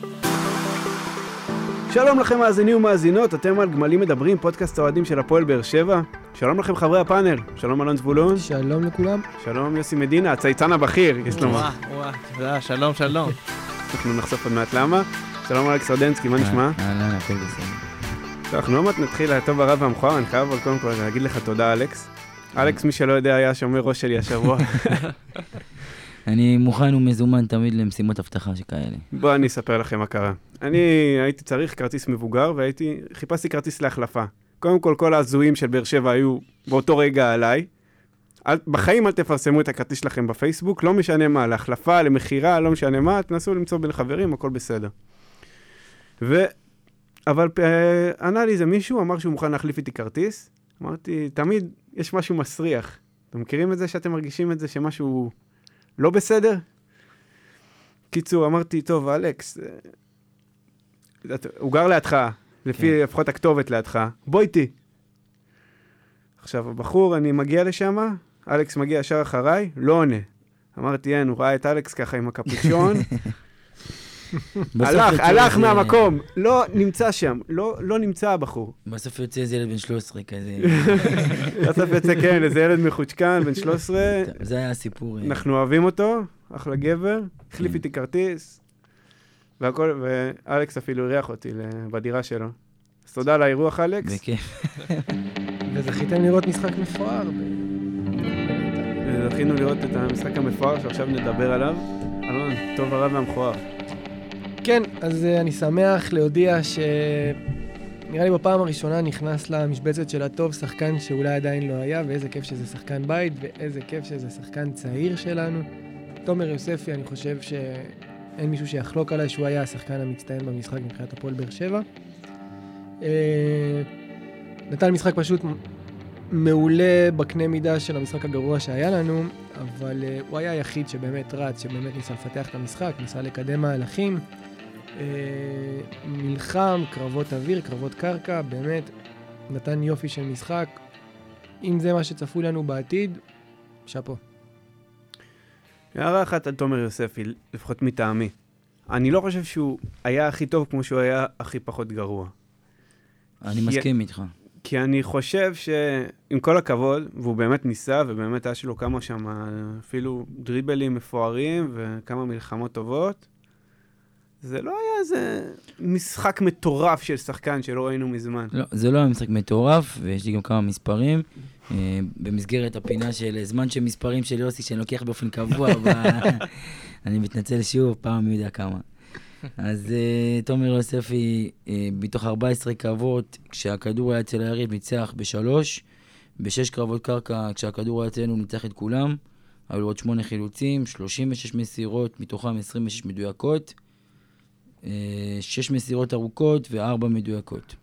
שלום לכם מאזינים ומאזינות, אתם על גמלים מדברים, פודקאסט האוהדים של הפועל באר שבע. שלום לכם חברי הפאנל, שלום אלון זבולון. שלום לכולם. שלום יוסי מדינה, הצייצן הבכיר, יש לו מה. שלום, שלום. אנחנו נחשוף עוד מעט למה. שלום אלכס רודנסקי, מה נשמע? הכל בסדר. טוב, אנחנו עוד מעט נתחיל הטוב הרב והמכוער, אני חייב קודם כל להגיד לך תודה אלכס. אלכס, מי שלא יודע, היה שומר ראש שלי השבוע. אני מוכן ומזומן תמיד למשימות הבטחה שכאלה. בואו אני אספר לכם מה קרה. אני הייתי צריך כרטיס מבוגר וחיפשתי כרטיס להחלפה. קודם כל ההזויים של באר שבע היו באותו רגע עליי. בחיים אל תפרסמו את הכרטיס שלכם בפייסבוק, לא משנה מה, להחלפה, למחירה, לא משנה מה, תנסו למצוא בין חברים, הכל בסדר. אבל ענה לי איזה מישהו, אמר שהוא מוכן להחליף איתי כרטיס. אמרתי, תמיד יש משהו מסריח. אתם מכירים את זה שאתם מרגישים את זה שמשהו לא בסדר? קיצור, אמרתי, טוב, אלכס, הוא גר לידך, לפי לפחות הכתובת לידך, בוא איתי. עכשיו, הבחור, אני מגיע לשם, אלכס מגיע ישר אחריי, לא עונה. אמרתי, הוא ראה את אלכס ככה עם הקפוצ'ון, הלך מהמקום, לא נמצא שם, לא נמצא הבחור. בסוף יוצא איזה ילד בן 13 כזה. בסוף יוצא, כן, איזה ילד מחוצ'קן, בן 13. זה היה הסיפור. אנחנו אוהבים אותו, אחלה גבר, החליף איתי כרטיס, ואלכס אפילו הריח אותי בדירה שלו. אז תודה על האירוח, אלכס. בכיף. וזכיתם לראות משחק מפואר. זכינו לראות את המשחק המפואר שעכשיו נדבר עליו. אלון, טוב הרב והמכוער. כן, אז אני שמח להודיע שנראה לי בפעם הראשונה נכנס למשבצת של הטוב שחקן שאולי עדיין לא היה, ואיזה כיף שזה שחקן בית, ואיזה כיף שזה שחקן צעיר שלנו. תומר יוספי, אני חושב שאין מישהו שיחלוק עליי שהוא היה השחקן המצטיין במשחק מבחינת הפועל באר שבע. נתן משחק פשוט מעולה בקנה מידה של המשחק הגרוע שהיה לנו, אבל הוא היה היחיד שבאמת רץ, שבאמת ניסה לפתח את המשחק, ניסה לקדם מהלכים, מלחם, קרבות אוויר, קרבות קרקע, באמת נתן יופי של משחק. אם זה מה שצפו לנו בעתיד, שפו. הערה אחת על תומר יוספי, לפחות מטעמי. אני לא חושב שהוא היה הכי טוב כמו שהוא היה הכי פחות גרוע. אני מסכים איתך. כי אני חושב שעם כל הכבוד, והוא באמת ניסה, ובאמת היה שלו כמה שם אפילו דריבלים מפוארים, וכמה מלחמות טובות, זה לא היה איזה משחק מטורף של שחקן שלא ראינו מזמן. לא, זה לא היה משחק מטורף, ויש לי גם כמה מספרים. במסגרת הפינה של זמן של מספרים של יוסי, שאני לוקח באופן קבוע, אני מתנצל שוב, פעם מי יודע כמה. אז תומר יוספי, בתוך 14 קרבות, כשהכדור היה אצל היריב, ניצח ב3, ב6 קרבות קרקע, כשהכדור היה אצלנו, ניצח את כולם, היו עוד 8 חילוצים, 36 מסירות, מתוכם 26 מדויקות, 6 מסירות ארוכות ו4 מדויקות.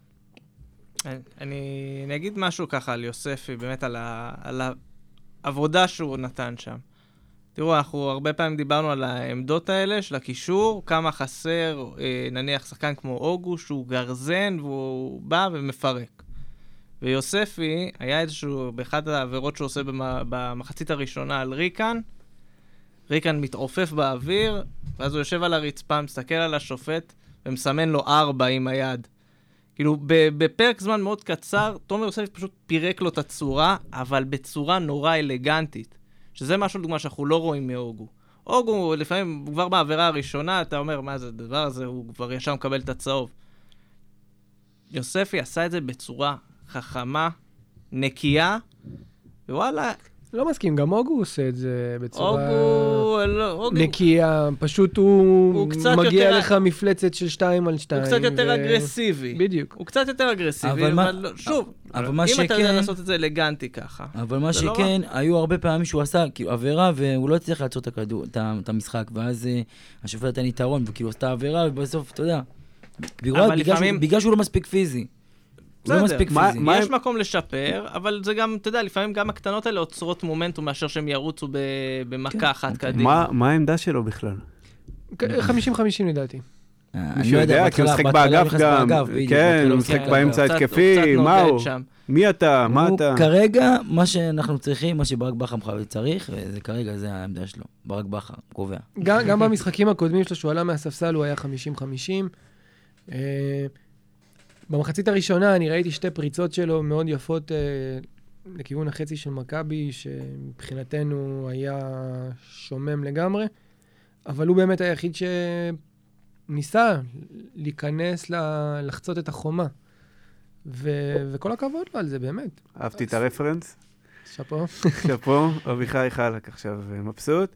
אני אגיד משהו ככה על יוספי, באמת על העבודה שהוא נתן שם. תראו, אנחנו הרבה פעמים דיברנו על העמדות האלה של הקישור, כמה חסר, נניח שחקן כמו אוגו, שהוא גרזן והוא בא ומפרק. ויוספי היה איזשהו, באחד העבירות שהוא עושה במחצית הראשונה על ריקן, ריקן מתעופף באוויר, ואז הוא יושב על הרצפה, מסתכל על השופט, ומסמן לו 4 עם היד. כאילו, בפרק זמן מאוד קצר, תומר יוספי פשוט פירק לו את הצורה, אבל בצורה נורא אלגנטית. שזה משהו, דוגמה, שאנחנו לא רואים מאוגו. אוגו, לפעמים, כבר בעבירה הראשונה, אתה אומר, מה זה הדבר הזה? הוא כבר ישר מקבל את הצהוב. יוספי עשה את זה בצורה חכמה, נקייה, ווואלה... לא מסכים, גם אוגו עושה את זה בצורה אוגו... נקייה, פשוט הוא מגיע לך מפלצת של 2 על 2. הוא קצת יותר אגרסיבי. בדיוק. הוא קצת יותר אגרסיבי, אבל שוב, אם אתה יודע לעשות את זה אלגנטי ככה. אבל מה שכן, היו הרבה פעמים שהוא עשה עבירה, והוא לא צריך לעצור את המשחק, ואז השופט נתן יתרון, וכאילו עשתה עבירה, ובסוף, אתה יודע, בגלל שהוא לא מספיק פיזי. לא מספיק פיזי. יש מקום לשפר, אבל זה גם, אתה יודע, לפעמים גם הקטנות האלה עוצרות מומנטום מאשר שהם ירוצו במכה אחת קדימה. מה העמדה שלו בכלל? 50-50 לדעתי. מישהו יודע, כי הוא משחק באגף גם. כן, הוא משחק באמצע התקפי, מה הוא? מי אתה? מה אתה? כרגע, מה שאנחנו צריכים, מה שברק בכר צריך, וכרגע זה העמדה שלו. ברק בכר, קובע. גם במשחקים הקודמים שלו, שהוא עלה מהספסל, הוא היה 50-50. במחצית הראשונה אני ראיתי שתי פריצות שלו מאוד יפות לכיוון החצי של מכבי, שמבחינתנו היה שומם לגמרי, אבל הוא באמת היחיד שניסה להיכנס, לחצות את החומה. וכל הכבוד לו על זה, באמת. אהבתי את הרפרנס. שפו. שפו, אביחי חלק עכשיו מבסוט.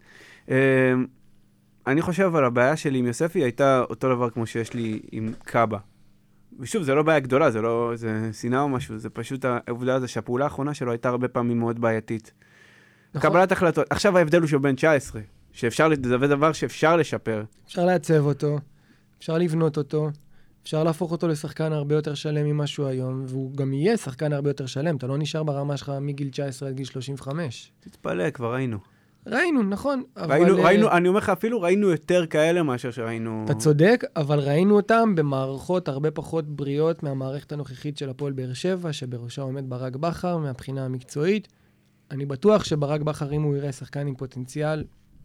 אני חושב על הבעיה שלי עם יוספי, הייתה אותו דבר כמו שיש לי עם קאבה. ושוב, זה לא בעיה גדולה, זה שנאה או משהו, זה פשוט העובדה הזו שהפעולה האחרונה שלו הייתה הרבה פעמים מאוד בעייתית. נכון. קבלת החלטות. עכשיו ההבדל הוא שהוא בן 19, זה דבר שאפשר לשפר. אפשר לעצב אותו, אפשר לבנות אותו, אפשר להפוך אותו לשחקן הרבה יותר שלם ממה שהוא היום, והוא גם יהיה שחקן הרבה יותר שלם, אתה לא נשאר ברמה שלך מגיל 19 עד גיל 35. תתפלא, כבר ראינו. ראינו, נכון. ראינו, אני אומר לך, אפילו ראינו יותר כאלה מאשר שראינו... אתה צודק, אבל ראינו אותם במערכות הרבה פחות בריאות מהמערכת הנוכחית של הפועל באר שבע, שבראשה עומד ברק בכר, מהבחינה המקצועית. אני בטוח שברק בכר, אם הוא יראה שחקן עם פוטנציאל,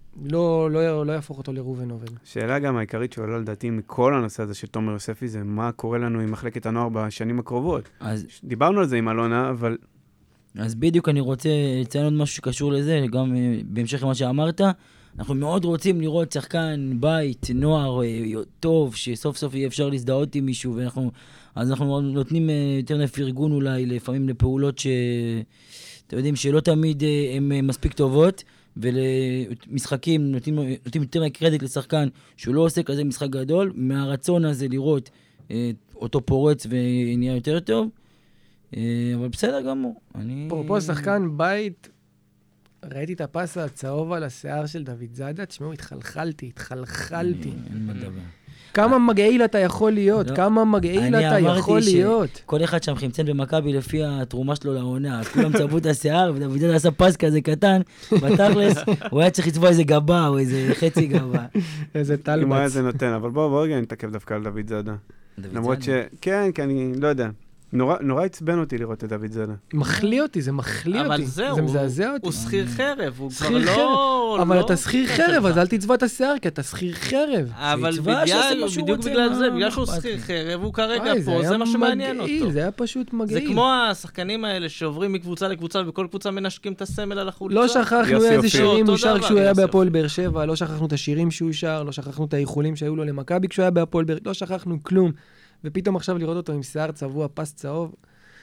לא יהפוך אותו לראובן עובד. שאלה גם העיקרית שעולה לדעתי מכל הנושא הזה של תומר יוספי, זה מה קורה לנו עם מחלקת הנוער בשנים הקרובות. דיברנו על זה עם אלונה, אבל... אז בדיוק אני רוצה לציין עוד משהו שקשור לזה, גם בהמשך למה שאמרת, אנחנו מאוד רוצים לראות שחקן בית, נוער טוב, שסוף סוף יהיה אפשר להזדהות עם מישהו, אז אנחנו נותנים יותר פרגון אולי, לפעמים לפעולות שאתם יודעים שלא תמיד הן מספיק טובות, ולמשחקים נותנים יותר קרדיט לשחקן שהוא לא עושה כזה משחק גדול, מהרצון הזה לראות אותו פורץ ונהיה יותר טוב, אבל בסדר גמור. פה שחקן בית, ראיתי את הפס הצהוב על השיער של דוד זאדה, תשמעו, התחלחלתי. אין מה לדבר. כמה מגעיל אתה יכול להיות, כמה מגעיל אתה יכול להיות. כל אחד שם חמצן במכבי לפי התרומה שלו לעונה, כולם צבעו את השיער, ודוד זאדה עשה פס כזה קטן, בתכלס, הוא היה צריך לצבוע איזה גבה או איזה חצי גבה. איזה טלבץ. אם היה זה נותן, אבל בואו רגע נתעכב דווקא על דוד זאדה. למרות כן, כי אני לא יודע. נורא עצבן אותי לראות את דוד זאדה. מחליא אותי, זה מחליא אותי. אבל זהו, זה מזעזע אותי. הוא שכיר חרב, הוא כבר לא... אבל אתה שכיר חרב, אז אל תצבע את השיער, כי אתה שכיר חרב. אבל בדיוק בגלל זה, בגלל שהוא שכיר חרב, הוא כרגע פה, זה מה שמעניין אותו. זה היה פשוט מגעיל. זה כמו השחקנים האלה שעוברים מקבוצה לקבוצה, וכל קבוצה מנשקים את הסמל על החולצה. לא שכחנו איזה שירים הוא שר כשהוא היה בהפועל באר שבע, לא שכחנו את השירים שהוא שר, לא שכחנו את האיחולים שהיו לו למכבי כשהוא היה בהפועל באר, לא שכחנו כלום. ופתאום עכשיו לראות אותו עם שיער צבוע, פס צהוב.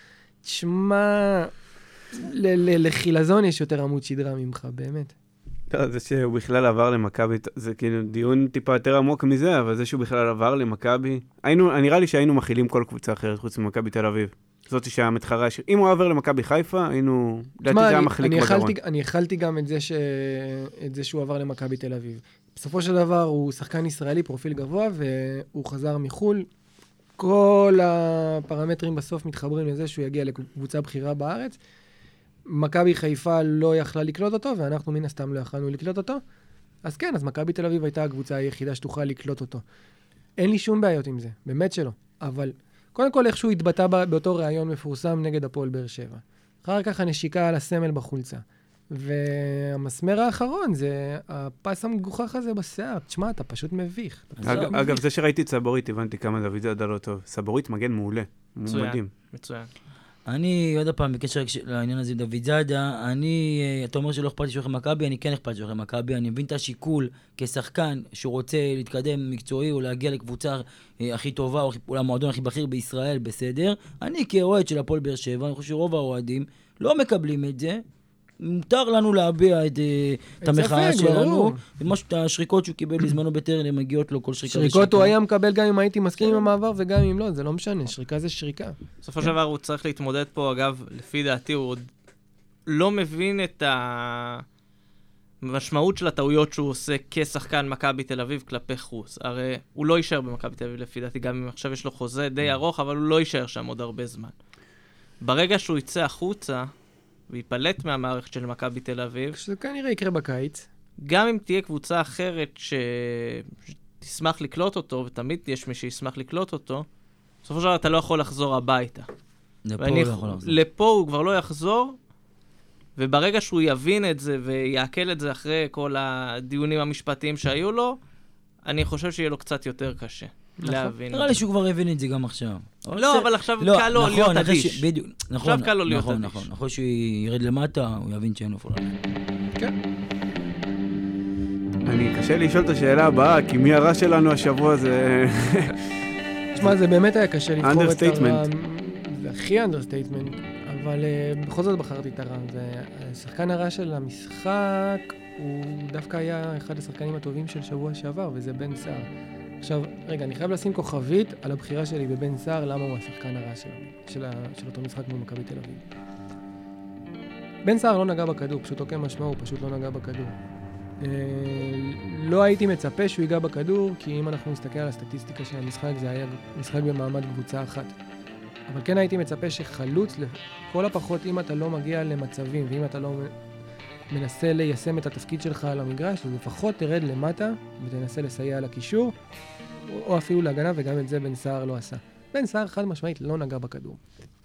תשמע, לחילזון יש יותר עמוד שדרה ממך, באמת. לא, זה שהוא בכלל עבר למכבי, זה כאילו דיון טיפה יותר עמוק מזה, אבל זה שהוא בכלל עבר למכבי, נראה לי שהיינו מכילים כל קבוצה אחרת חוץ ממכבי תל אביב. זאת שהיה מתחרה, אם הוא עבר למכבי חיפה, היינו, לדעתי זה היה מחליק בגרון. אני אכלתי גם את זה שהוא עבר למכבי תל אביב. בסופו של דבר הוא שחקן ישראלי, פרופיל גבוה, והוא חזר מחול. כל הפרמטרים בסוף מתחברים לזה שהוא יגיע לקבוצה בחירה בארץ. מכבי חיפה לא יכלה לקלוט אותו, ואנחנו מן הסתם לא יכלנו לקלוט אותו. אז כן, אז מכבי תל אביב הייתה הקבוצה היחידה שתוכל לקלוט אותו. אין לי שום בעיות עם זה, באמת שלא. אבל קודם כל איכשהו התבטא באותו ראיון מפורסם נגד הפועל באר שבע. אחר כך הנשיקה על הסמל בחולצה. והמסמר האחרון זה הפס המגוחך הזה בשיער. תשמע, אתה פשוט מביך. אגב, זה שראיתי את סבורית, הבנתי כמה דוד זאדה לא טוב. סבורית מגן מעולה. מדהים. מצוין. אני, עוד הפעם, בקשר לעניין הזה, דוד זאדה, אתה אומר שלא אכפת לי שהוא הולך למכבי, אני כן אכפת לי שהוא הולך למכבי, אני מבין את השיקול כשחקן שהוא רוצה להתקדם מקצועי או להגיע לקבוצה הכי טובה או למועדון הכי בכיר בישראל, בסדר. אני כאוהד של הפועל באר שבע, אני חושב שרוב האוהדים לא מקבלים את זה, מותר לנו להביע את המחאה שלנו, את השריקות שהוא קיבל בזמנו בטרנר, מגיעות לו כל שריקה. שריקות הוא היה מקבל גם אם הייתי מסכים עם המעבר וגם אם לא, זה לא משנה, שריקה זה שריקה. בסופו של דבר הוא צריך להתמודד פה, אגב, לפי דעתי הוא עוד לא מבין את המשמעות של הטעויות שהוא עושה כשחקן מכבי תל אביב כלפי חוץ. הרי הוא לא יישאר במכבי תל אביב לפי דעתי, גם אם עכשיו יש לו חוזה די ארוך, אבל הוא לא יישאר שם עוד הרבה זמן. ברגע שהוא יצא החוצה, ויפלט מהמערכת של מכבי תל אביב. שזה כנראה יקרה בקיץ. גם אם תהיה קבוצה אחרת שתשמח לקלוט אותו, ותמיד יש מי שישמח לקלוט אותו, בסופו של דבר אתה לא יכול לחזור הביתה. לפה הוא כבר לא יחזור, וברגע שהוא יבין את זה ויעכל את זה אחרי כל הדיונים המשפטיים שהיו לו, אני חושב שיהיה לו קצת יותר קשה להבין. נראה לי שהוא כבר הבין את זה גם עכשיו. לא, אבל עכשיו קל לו להיות אדיש. עכשיו קל לו להיות אדיש. נכון. אחרי שהוא ירד למטה, הוא יבין שאין לו פולן. כן. קשה לשאול את השאלה הבאה, כי מי הרע שלנו השבוע זה... תשמע, זה באמת היה קשה לבחור את הרע. Understatement. זה הכי אנדרסטייטמנט, אבל בכל זאת בחרתי את הרע. השחקן הרע של המשחק, הוא דווקא היה אחד השחקנים הטובים של שבוע שעבר, וזה בן סער. עכשיו, רגע, אני חייב לשים כוכבית על הבחירה שלי בבן סער, למה הוא השחקן הרע של אותו משחק מול מכבי תל אביב. בן סער לא נגע בכדור, פשוט אוקיי משמע, הוא פשוט לא נגע בכדור. לא הייתי מצפה שהוא ייגע בכדור, כי אם אנחנו נסתכל על הסטטיסטיקה של המשחק, זה היה משחק במעמד קבוצה אחת. אבל כן הייתי מצפה שחלוץ, לכל הפחות אם אתה לא מגיע למצבים, ואם אתה לא מנסה ליישם את התפקיד שלך על המגרש, אז לפחות תרד למטה ותנסה לסייע לקישור, או אפילו להגנה, וגם את זה בן סער לא עשה. בן סער חד משמעית לא נגע בכדור.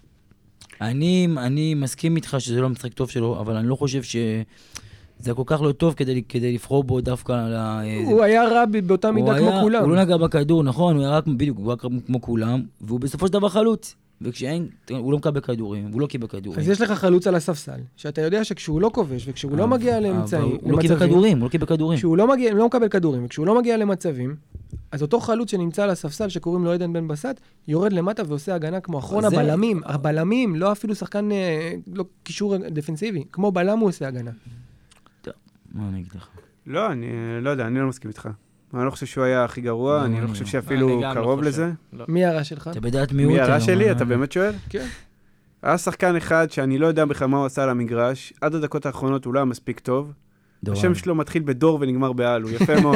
אני מסכים איתך שזה לא משחק טוב שלו, אבל אני לא חושב זה כל כך לא טוב כדי לבחור בו דווקא על ה... הוא היה רע באותה מידה כמו כולם. הוא לא נגע בכדור, נכון, הוא היה רק בדיוק, הוא היה כמו כולם, והוא בסופו של דבר חלוץ. וכשאין, הוא לא מקבל כדורים, הוא לא קיבל כדורים. אז יש לך חלוץ על הספסל, שאתה יודע שכשהוא לא כובש, וכשהוא לא מגיע למצבים... הוא לא קיבל כדורים, הוא לא קיבל כדורים. כשהוא לא מקבל כדורים, וכשהוא לא מגיע למצבים, אז אותו חלוץ שנמצא על הספסל, שקוראים לו עדן בן בסט, יורד למטה ועושה הגנה כמו אחרון הבלמים. הבלמים, לא אפילו שחקן, לא קישור דפנסיבי, כמו בלם הוא עושה הגנה. מה אני אגיד לך? לא, אני לא יודע, אני לא מסכים איתך. אני לא חושב שהוא היה הכי גרוע, אני לא חושב שאפילו קרוב לזה. מי הרע שלך? אתה בדעת מיעוט. מי הרע שלי? אתה באמת שואל? כן. היה שחקן אחד שאני לא יודע בכלל מה הוא עשה על המגרש, עד הדקות האחרונות הוא לא היה מספיק טוב. השם שלו מתחיל בדור ונגמר בעל, הוא יפה מאוד.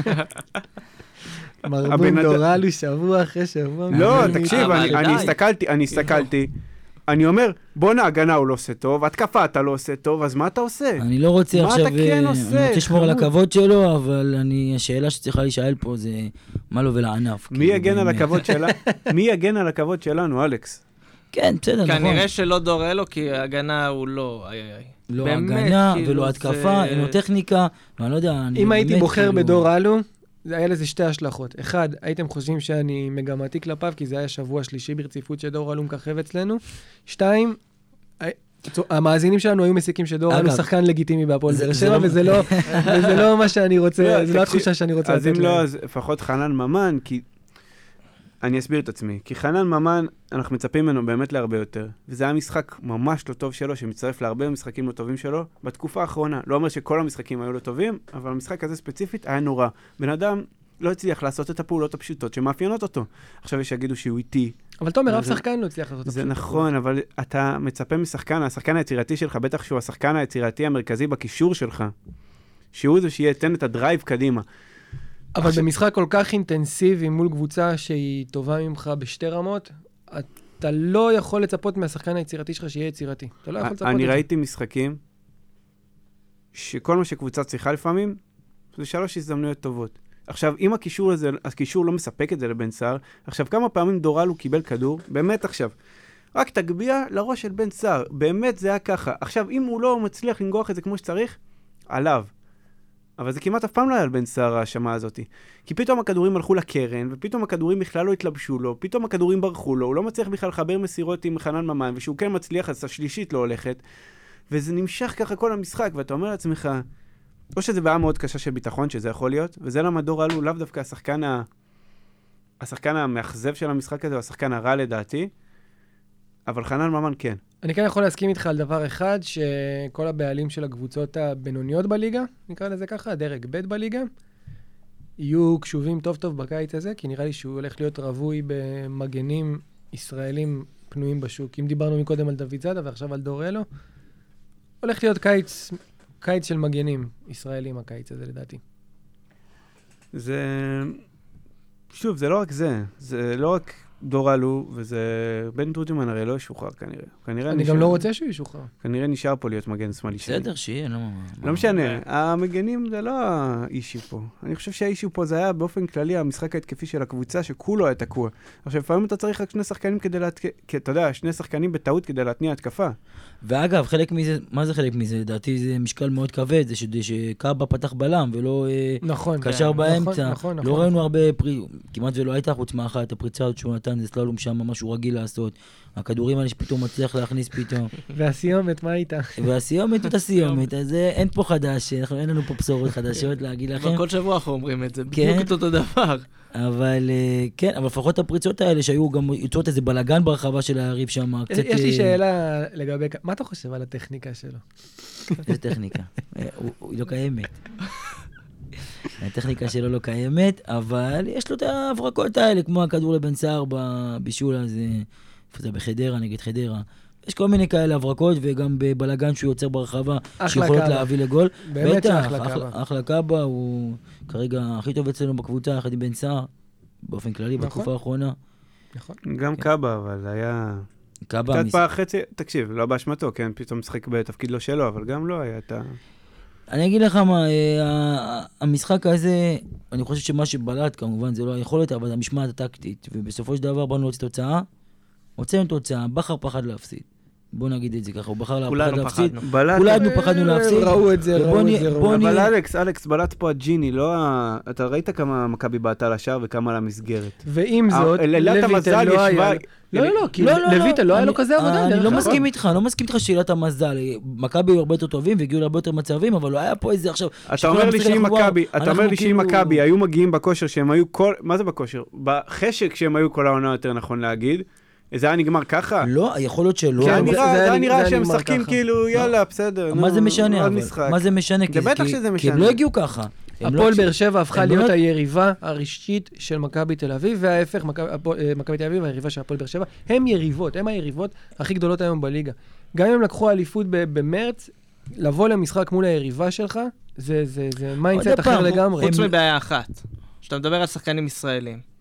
מרבון דורלו שבוע אחרי שבוע. לא, תקשיב, אני הסתכלתי. אני אומר, בוא ההגנה הוא לא עושה טוב, התקפה אתה לא עושה טוב, אז מה אתה עושה? אני לא רוצה עכשיו, כן אני רוצה לשמור על הכבוד שלו, אבל השאלה שצריכה להישאל פה זה מה לו ולענף. מי יגן על הכבוד שלנו, אלכס? כן, בסדר, נכון. כנראה שלא דורלו, כי ההגנה הוא לא, לא הגנה ולא התקפה, אין לו טכניקה, ואני לא יודע, אם הייתי בוחר בדור אלו, זה היה לזה שתי השלכות. אחד, הייתם חושבים שאני מגמתי כלפיו, כי זה היה שבוע שלישי ברציפות שדור אלו מככב אצלנו. שתיים, המאזינים שלנו היו מסיקים שדור אלו שחקן לגיטימי בהפועל באר שבע, וזה לא מה שאני רוצה, זה לא התחושה שאני רוצה לתת להם. אז אם לא, אז לפחות חנן ממן, כי... אני אסביר את עצמי. כי חנן ממן, אנחנו מצפים ממנו באמת להרבה יותר. וזה היה משחק ממש לא טוב שלו, שמצטרף להרבה משחקים לא טובים שלו, בתקופה האחרונה. לא אומר שכל המשחקים היו לא טובים, אבל המשחק הזה ספציפית היה נורא. בן אדם לא הצליח לעשות את הפעולות הפשוטות שמאפיינות אותו. עכשיו יש שיגידו שהוא איטי. אבל תומר, אף שחקן לא הצליח לעשות את הפשוטות. זה נכון, אבל אתה מצפה משחקן, השחקן היצירתי שלך, בטח שהוא השחקן היצירתי המרכזי בקישור שלך, שהוא זה שייתן את הדרייב קדימה. אבל במשחק כל כך אינטנסיבי מול קבוצה שהיא טובה ממך בשתי רמות, אתה לא יכול לצפות מהשחקן היצירתי שלך שיהיה יצירתי. אתה לא יכול לצפות את זה. אני ראיתי משחקים שכל מה שקבוצה צריכה לפעמים, זה 3 הזדמנויות טובות. עכשיו, אם הקישור לא מספק את זה לבן סער, עכשיו כמה פעמים דורל הוא קיבל כדור, באמת עכשיו, רק תגביע לראש של בן סער, באמת זה היה ככה. עכשיו, אם הוא לא מצליח לנגוח את זה כמו שצריך, עליו. אבל זה כמעט אף פעם לא היה על בן סער ההאשמה הזאת. כי פתאום הכדורים הלכו לקרן, ופתאום הכדורים בכלל לא התלבשו לו, פתאום הכדורים ברחו לו, הוא לא מצליח בכלל לחבר מסירות עם חנן ממן, ושהוא כן מצליח, אז השלישית לא הולכת. וזה נמשך ככה כל המשחק, ואתה אומר לעצמך, או שזה בעיה מאוד קשה של ביטחון, שזה יכול להיות, וזה למה דור אלו לאו דווקא השחקן המאכזב של המשחק הזה, או השחקן הרע לדעתי, אבל חנן ממן כן. אני כן יכול להסכים איתך על דבר אחד, שכל הבעלים של הקבוצות הבינוניות בליגה, נקרא לזה ככה, דרג ב' בליגה, יהיו קשובים טוב טוב בקיץ הזה, כי נראה לי שהוא הולך להיות רווי במגנים ישראלים פנויים בשוק. אם דיברנו מקודם על דוד זאדה ועכשיו על דור אלו, הולך להיות קיץ של מגנים ישראלים הקיץ הזה לדעתי. שוב, זה לא רק זה. זה לא רק דור אלו, וזה... בן תורג'מן הרי לא ישוחרר כנראה. אני גם לא רוצה שהוא ישוחרר. כנראה נשאר פה להיות מגן שמאלי שני. בסדר, שיהיה, לא משנה, המגנים זה לא האישי פה. אני חושב שהאישי פה זה היה באופן כללי המשחק ההתקפי של הקבוצה, שכולו היה תקוע. עכשיו, לפעמים אתה צריך רק שני שחקנים אתה יודע, שני שחקנים בטעות כדי להתניע התקפה. ואגב, חלק מזה, מה זה חלק מזה? לדעתי זה משקל מאוד כבד, זה שקאבה פתח בלם ולא קשר באמצע. לא ראינו הרבה, כמעט ולא הייתה חוץ מאחת, הפריצה עוד שהוא נתן, זה סללום שם, משהו רגיל לעשות. הכדורים האלה שפתאום מצליח להכניס פתאום. והסיומת, מה איתה? והסיומת את הסיומת, אז אין פה חדש, אין לנו פה בשורות חדשות להגיד לכם. כל שבוע אנחנו אומרים את זה, בדיוק את אותו דבר. אבל כן, אבל לפחות הפריצות האלה שהיו גם יוצאות איזה בלגן ברחבה של היריב שם. יש לי שאלה לגבי, מה אתה חושב על הטכניקה שלו? איזה טכניקה? היא לא קיימת. הטכניקה שלו לא קיימת, אבל יש לו את ההברקות האלה, כמו הכדור לבן סער בבישול הזה, איפה זה בחדרה, נגד חדרה. יש כל מיני כאלה הברקות, וגם בבלגן שהוא יוצר ברחבה, שיכולות להביא לגול. באמת שאחלה קאבה. אחלה קאבה, הוא כרגע הכי טוב אצלנו בקבוצה, יחד עם בן סער, באופן כללי, בתקופה האחרונה. נכון. גם קאבה, אבל היה... קאבה... קצת חצי, תקשיב, לא באשמתו, כן, פתאום משחק בתפקיד לא שלו, אבל גם לא היה את ה... אני אגיד לך מה, המשחק הזה, אני חושב שמה שבלט כמובן זה לא היכולת, אבל זה המשמעת הטקטית, ובסופו של דבר באנו להוציא תוצאה, הוצאנו תוצאה, בכר פחד להפסיד. בוא נגיד את זה ככה, הוא בחר להפסיד. כולנו פחדנו להפסיד. ראו את זה. אבל אלכס, בלט פה הג'יני, לא אתה ראית כמה מכבי בעטה לשער וכמה למסגרת. ועם זאת, לויטל לא היה... לא, כי לויטל לא היה לו כזה עבודה. אני לא מסכים איתך שאלת המזל. מכבי היו הרבה יותר טובים והגיעו להרבה יותר מצבים, אבל לא היה פה איזה עכשיו... אתה אומר לי שאם מכבי היו מגיעים בכושר שהם היו כל... מה זה בכושר? בחשק שהם היו כל העונה יותר נכון להגיד. זה היה נגמר ככה? לא, יכול להיות שלא. זה היה נראה שהם משחקים כאילו, יאללה, בסדר. מה זה משנה? מה זה משנה? זה בטח שזה משנה. כי הם לא הגיעו ככה. הפועל באר שבע הפכה להיות היריבה הראשית של מכבי תל אביב, וההפך, מכבי תל אביב והיריבה של הפועל באר שבע, הם היריבות הכי גדולות היום בליגה. גם אם הם לקחו אליפות במרץ, לבוא למשחק מול היריבה שלך, זה מיינדסט אחר לגמרי. חוץ מבעיה אחת, שאתה מדבר על שחקנים ישראלים.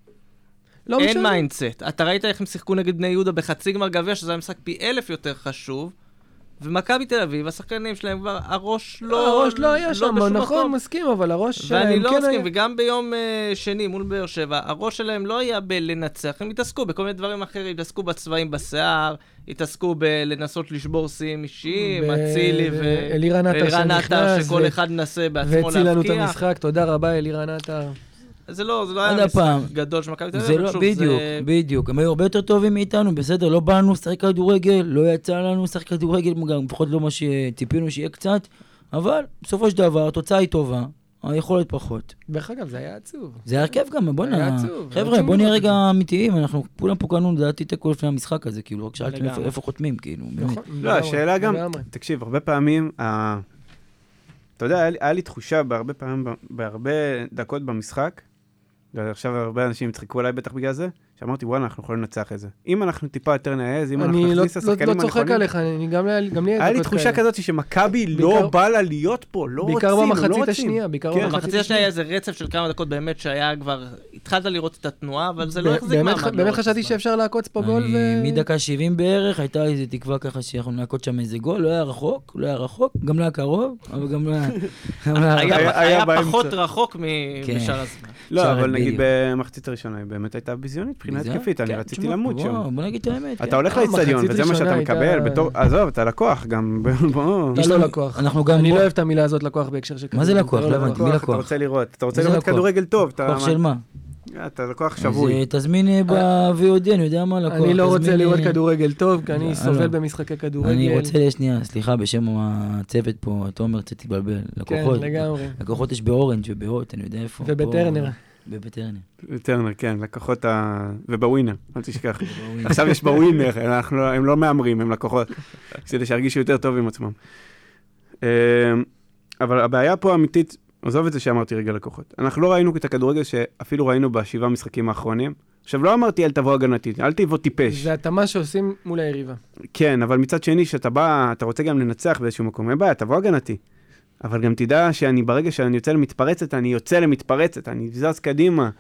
אין מיינדסט. אתה ראית איך הם שיחקו נגד בני יהודה בחצי גמר גביע, שזה היה משחק פי 1000 יותר חשוב, ומכבי תל אביב, השחקנים שלהם כבר, הראש לא היה שם, נכון, מסכים, אבל הראש שלהם ואני לא מסכים, וגם ביום שני מול באר שבע, הראש שלהם לא היה בלנצח, הם התעסקו בכל מיני דברים אחרים, התעסקו בצבעים בשיער, התעסקו בלנסות לשבור שיאים אישיים, אצילי ואלירן עטר שכל אחד מנסה בעצמו להפקיע. והציל לנו את המשחק, תודה רבה אלירן עטר. זה לא היה משחק גדול של מכבי תל אביב. בדיוק. הם היו הרבה יותר טובים מאיתנו, בסדר, לא באנו לשחק כדורגל, לא יצא לנו לשחק כדורגל, גם לפחות לא מה שציפינו שיהיה קצת, אבל בסופו של דבר, התוצאה היא טובה, היכולת פחות. דרך אגב, זה היה עצוב. זה היה הרכב גם, בוא חבר'ה, בוא נהיה רגע אמיתיים, אנחנו כולם פה קנו, לדעתי תקו לפני המשחק הזה, כאילו, רק שאלתם איפה חותמים, כאילו. לא, השאלה גם, תקשיב, הרבה פעמים, אתה יודע, היה לי תחושה בהרבה פעמים, בהרבה דקות במשחק, ועכשיו הרבה אנשים יצחקו עליי בטח בגלל זה, שאמרתי, וואלה, אנחנו יכולים לנצח את זה. אם אנחנו טיפה יותר נעז, אם אנחנו נכניס לשחקנים הנכונים... אני לא צוחק עליך, גם לי היה לי תחושה כזאת שמכבי לא בא לה להיות פה, לא רוצים, בעיקר במחצית השנייה, במחצית השנייה היה איזה רצף של כמה דקות באמת שהיה כבר, התחלת לראות את התנועה, אבל זה לא החזיק מעמד. באמת חשבתי שאפשר לעקוץ פה גול מדקה 70 בערך, הייתה איזו תקווה ככה שאנחנו נעקוץ שם איזה גול, לא היה רחוק, גם לא היה קרוב, אבל גם לא היה פחות רחוק משאר הזמן. לא, אבל נגיד במחצית הראשונה היא באמת הייתה ביזיונית, מבחינה התקפית, אני רציתי למות שם. בוא נגיד את האמת. אתה הולך לאצטדיון, וזה מה שאתה מקבל, עזוב, אתה לקוח, גם בוא. אתה לא לקוח. אני לא אוהב את המילה הזאת, לקוח בהקשר של... מה זה לקוח? לא הבנתי, מי לקוח? אתה רוצה לראות כדורגל טוב. לקוח של מה? אתה לקוח שבוי. אז תזמין ב-VOD, אני יודע מה לקוח. אני לא רוצה לראות כדורגל טוב, כי אני סובל במשחקי כדורגל. אני רוצה, שנייה, סליחה, בשם הצוות פה, תומר, קצת תתבלבל. כן, לגמרי. לקוחות יש באורנג' ובהוט, אני יודע איפה. ובטרנר. בטרנר, כן, לקוחות ובווינר, אל תשכח. עכשיו יש בווינר, הם לא מאמרים, הם לקוחות, כדי שירגישו יותר טוב עם עצמם. אבל הבעיה פה האמיתית, עזוב את זה שאמרתי רגע לקוחות. אנחנו לא ראינו את הכדורגל שאפילו ראינו בשבעה משחקים האחרונים. עכשיו, לא אמרתי אל תבוא הגנתית, אל תבוא טיפש. זה התאמה שעושים מול היריבה. כן, אבל מצד שני, שאתה בא, אתה רוצה גם לנצח באיזשהו מקום, אין בעיה, תבוא הגנתי. אבל גם תדע שאני ברגע שאני יוצא למתפרצת, אני זז קדימה.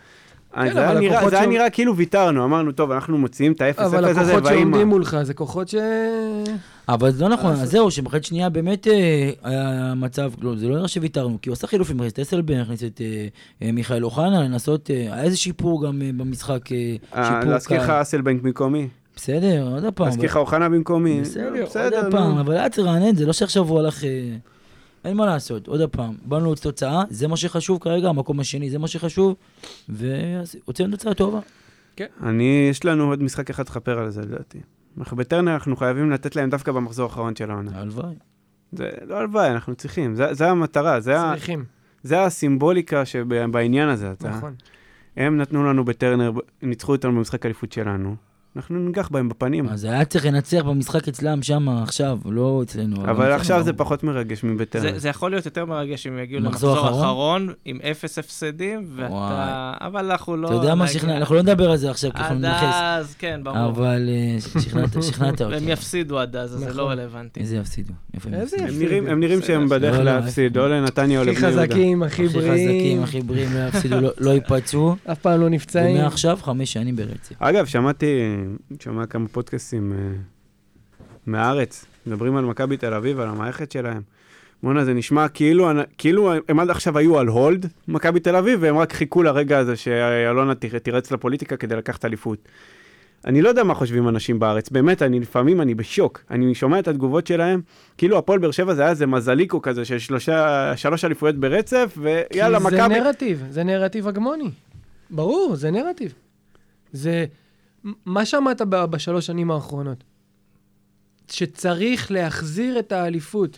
זה היה נראה כאילו ויתרנו, אמרנו, טוב, אנחנו מוציאים את ה-0-0 הזה, אבל הכוחות שעומדים מולך, זה כוחות אבל זה לא נכון, אז זהו, שבחד שנייה באמת היה מצב, זה לא נראה שוויתרנו, כי הוא עושה חילופים, הכניס את אסלבן, הכניס את מיכאל אוחנה, לנסות, היה איזה שיפור גם במשחק, להזכיר לך אסלבן במקומי. בסדר, עוד הפעם. להזכיר לך אוחנה במקומי. בסדר, עוד הפעם, אבל היה צריך רענן, זה לא שעכשיו הוא הלך, אין מה לעשות, עוד הפעם, באנו להוציא תוצאה, זה מה שחשוב כרגע, המקום השני, זה מה שחשוב, והוצאנו תוצאה טובה. יש לנו עוד משחק אחד לחפר על זה, לדעתי. בטרנר אנחנו חייבים לתת להם דווקא במחזור האחרון של העונה. הלוואי. זה לא הלוואי, אנחנו צריכים. זה המטרה, זה הסימבוליקה שבעניין הזה. נכון. הם נתנו לנו בטרנר, ניצחו אותנו במשחק האליפות שלנו. אנחנו ננגח בהם בפנים. אז היה צריך לנצח במשחק אצלם שם עכשיו, לא אצלנו. אבל עכשיו זה פחות מרגש מבטרנר. זה יכול להיות יותר מרגש אם יגיעו למחזור האחרון, עם 0 הפסדים, אבל אנחנו לא... אתה יודע מה שכנע, אנחנו לא נדבר על זה עכשיו, כי אנחנו ננחס. עד אז, כן, ברור. אבל שכנעת אותי. הם יפסידו עד אז, זה לא רלוונטי. איזה יפסידו? הם נראים שהם בדרך להפסיד, או לנתניה או לבני יהודה. הכי חזקים, הכי בריאים. הכי בריאים, לא יפסידו, לא ייפצעו. אף פעם לא נפצעים. ומעכשיו 5 שנים ברצף. אגב, שמע כמה פודקאסטים מהארץ, מדברים על מכבי תל אביב, על המערכת שלהם. מונה, זה נשמע כאילו הם עד עכשיו היו על הולד, מכבי תל אביב, והם רק חיכו לרגע הזה שאלונה תירץ לפוליטיקה כדי לקחת אליפות. אני לא יודע מה חושבים אנשים בארץ, באמת, לפעמים אני בשוק. אני שומע את התגובות שלהם, כאילו הפועל באר שבע זה היה איזה מזליקו כזה של 3 אליפויות ברצף, ויאללה, מכבי... זה נרטיב הגמוני. ברור, זה נרטיב. מה שמעת בשלוש שנים האחרונות? שצריך להחזיר את האליפות.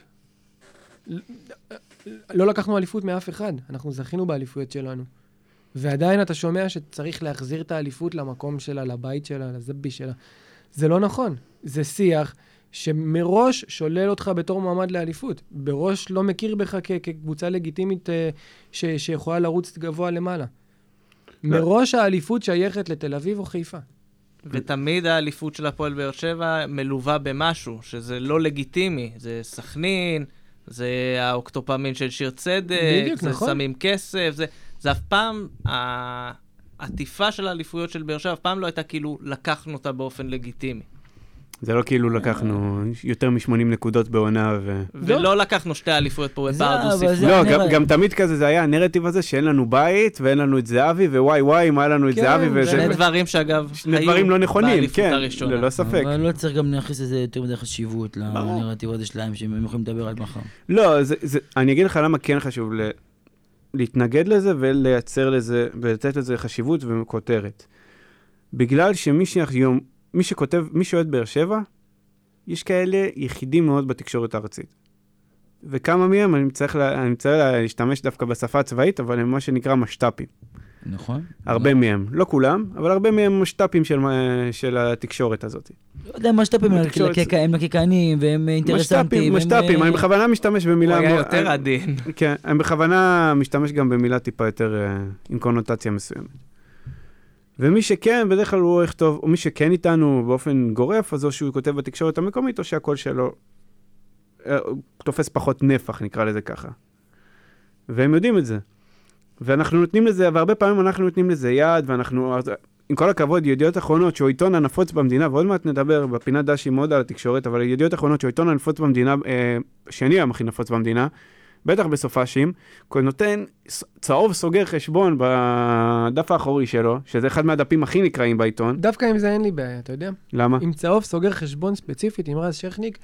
לא לקחנו אליפות מאף אחד, אנחנו זכינו באליפויות שלנו. ועדיין אתה שומע שצריך להחזיר את האליפות למקום שלה, לבית שלה, לזבי שלה. זה לא נכון. זה שיח שמראש שולל אותך בתור מועמד לאליפות. בראש לא מכיר בך כקבוצה לגיטימית שיכולה לרוץ גבוה למעלה. מראש האליפות שייכת לתל אביב או חיפה. ותמיד האליפות של הפועל באר שבע מלווה במשהו, שזה לא לגיטימי. זה סכנין, זה האוקטופמין של שיר צדק, בדיוק, זה נכון. שמים כסף, זה אף פעם, העטיפה של האליפויות של באר שבע, אף פעם לא הייתה כאילו לקחנו אותה באופן לגיטימי. זה לא כאילו לקחנו יותר מ-80 נקודות בעונה ולא לקחנו 2 אליפויות פה בפער דו-ספרתי. לא, גם תמיד כזה זה היה הנרטיב הזה שאין לנו בית ואין לנו את זהבי ווואי, אם היה לנו את זהבי שני דברים שאגב שני דברים לא נכונים, כן, ללא ספק. אבל לא צריך גם להכניס איזה יותר מדי חשיבות לנרטיב הזה שלהם שהם יכולים לדבר עד מחר. לא, אני אגיד לך למה כן חשוב להתנגד לזה ולייצר לזה ולתת לזה חשיבות וכותרת. בגלל מי שכותב, מי שאוהד באר שבע, יש כאלה יחידים מאוד בתקשורת הארצית. וכמה מהם, אני צריך להשתמש דווקא בשפה הצבאית, אבל הם מה שנקרא משטפים. נכון. הרבה מהם, לא כולם, אבל הרבה מהם משטפים של התקשורת הזאת. לא יודע, משטפים הם לקיקנים, והם אינטרסנטים. משטפים, אני בכוונה משתמש במילה... הוא היה יותר עדין. כן, אני בכוונה משתמש גם במילה טיפה יותר עם קונוטציה מסוימת. ומי שכן, בדרך כלל הוא יכתוב, או מי שכן איתנו באופן גורף, אז או שהוא כותב בתקשורת המקומית, או שהקול שלו תופס פחות נפח, נקרא לזה ככה. והם יודעים את זה. ואנחנו נותנים לזה, והרבה פעמים אנחנו נותנים לזה יד, ואנחנו, עם כל הכבוד, ידיעות אחרונות, שהוא עיתון הנפוץ במדינה, ועוד מעט נדבר בפינת דשי מאוד על התקשורת, אבל ידיעות אחרונות, שהוא עיתון הנפוץ במדינה, שני הכי נפוץ במדינה, בטח בסופשים, הוא נותן צהוב סוגר חשבון בדף האחורי שלו, שזה אחד מהדפים הכי נקראים בעיתון. דווקא עם זה אין לי בעיה, אתה יודע? למה? עם צהוב סוגר חשבון ספציפית עם רז שכניק,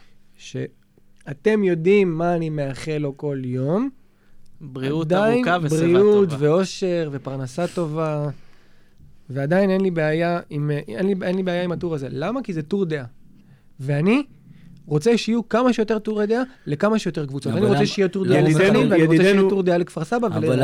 שאתם יודעים מה אני מאחל לו כל יום. בריאות ארוכה ושיבה טובה. בריאות ואושר ופרנסה טובה. ועדיין אין לי בעיה עם הטור הזה. למה? כי זה טור דעה. ואני רוצה שיהיו כמה שיותר טורי דעה לכמה שיותר קבוצות. אני רוצה שיהיה טור דעה לסכנין, ואני רוצה שיהיה טור דעה לכפר סבא.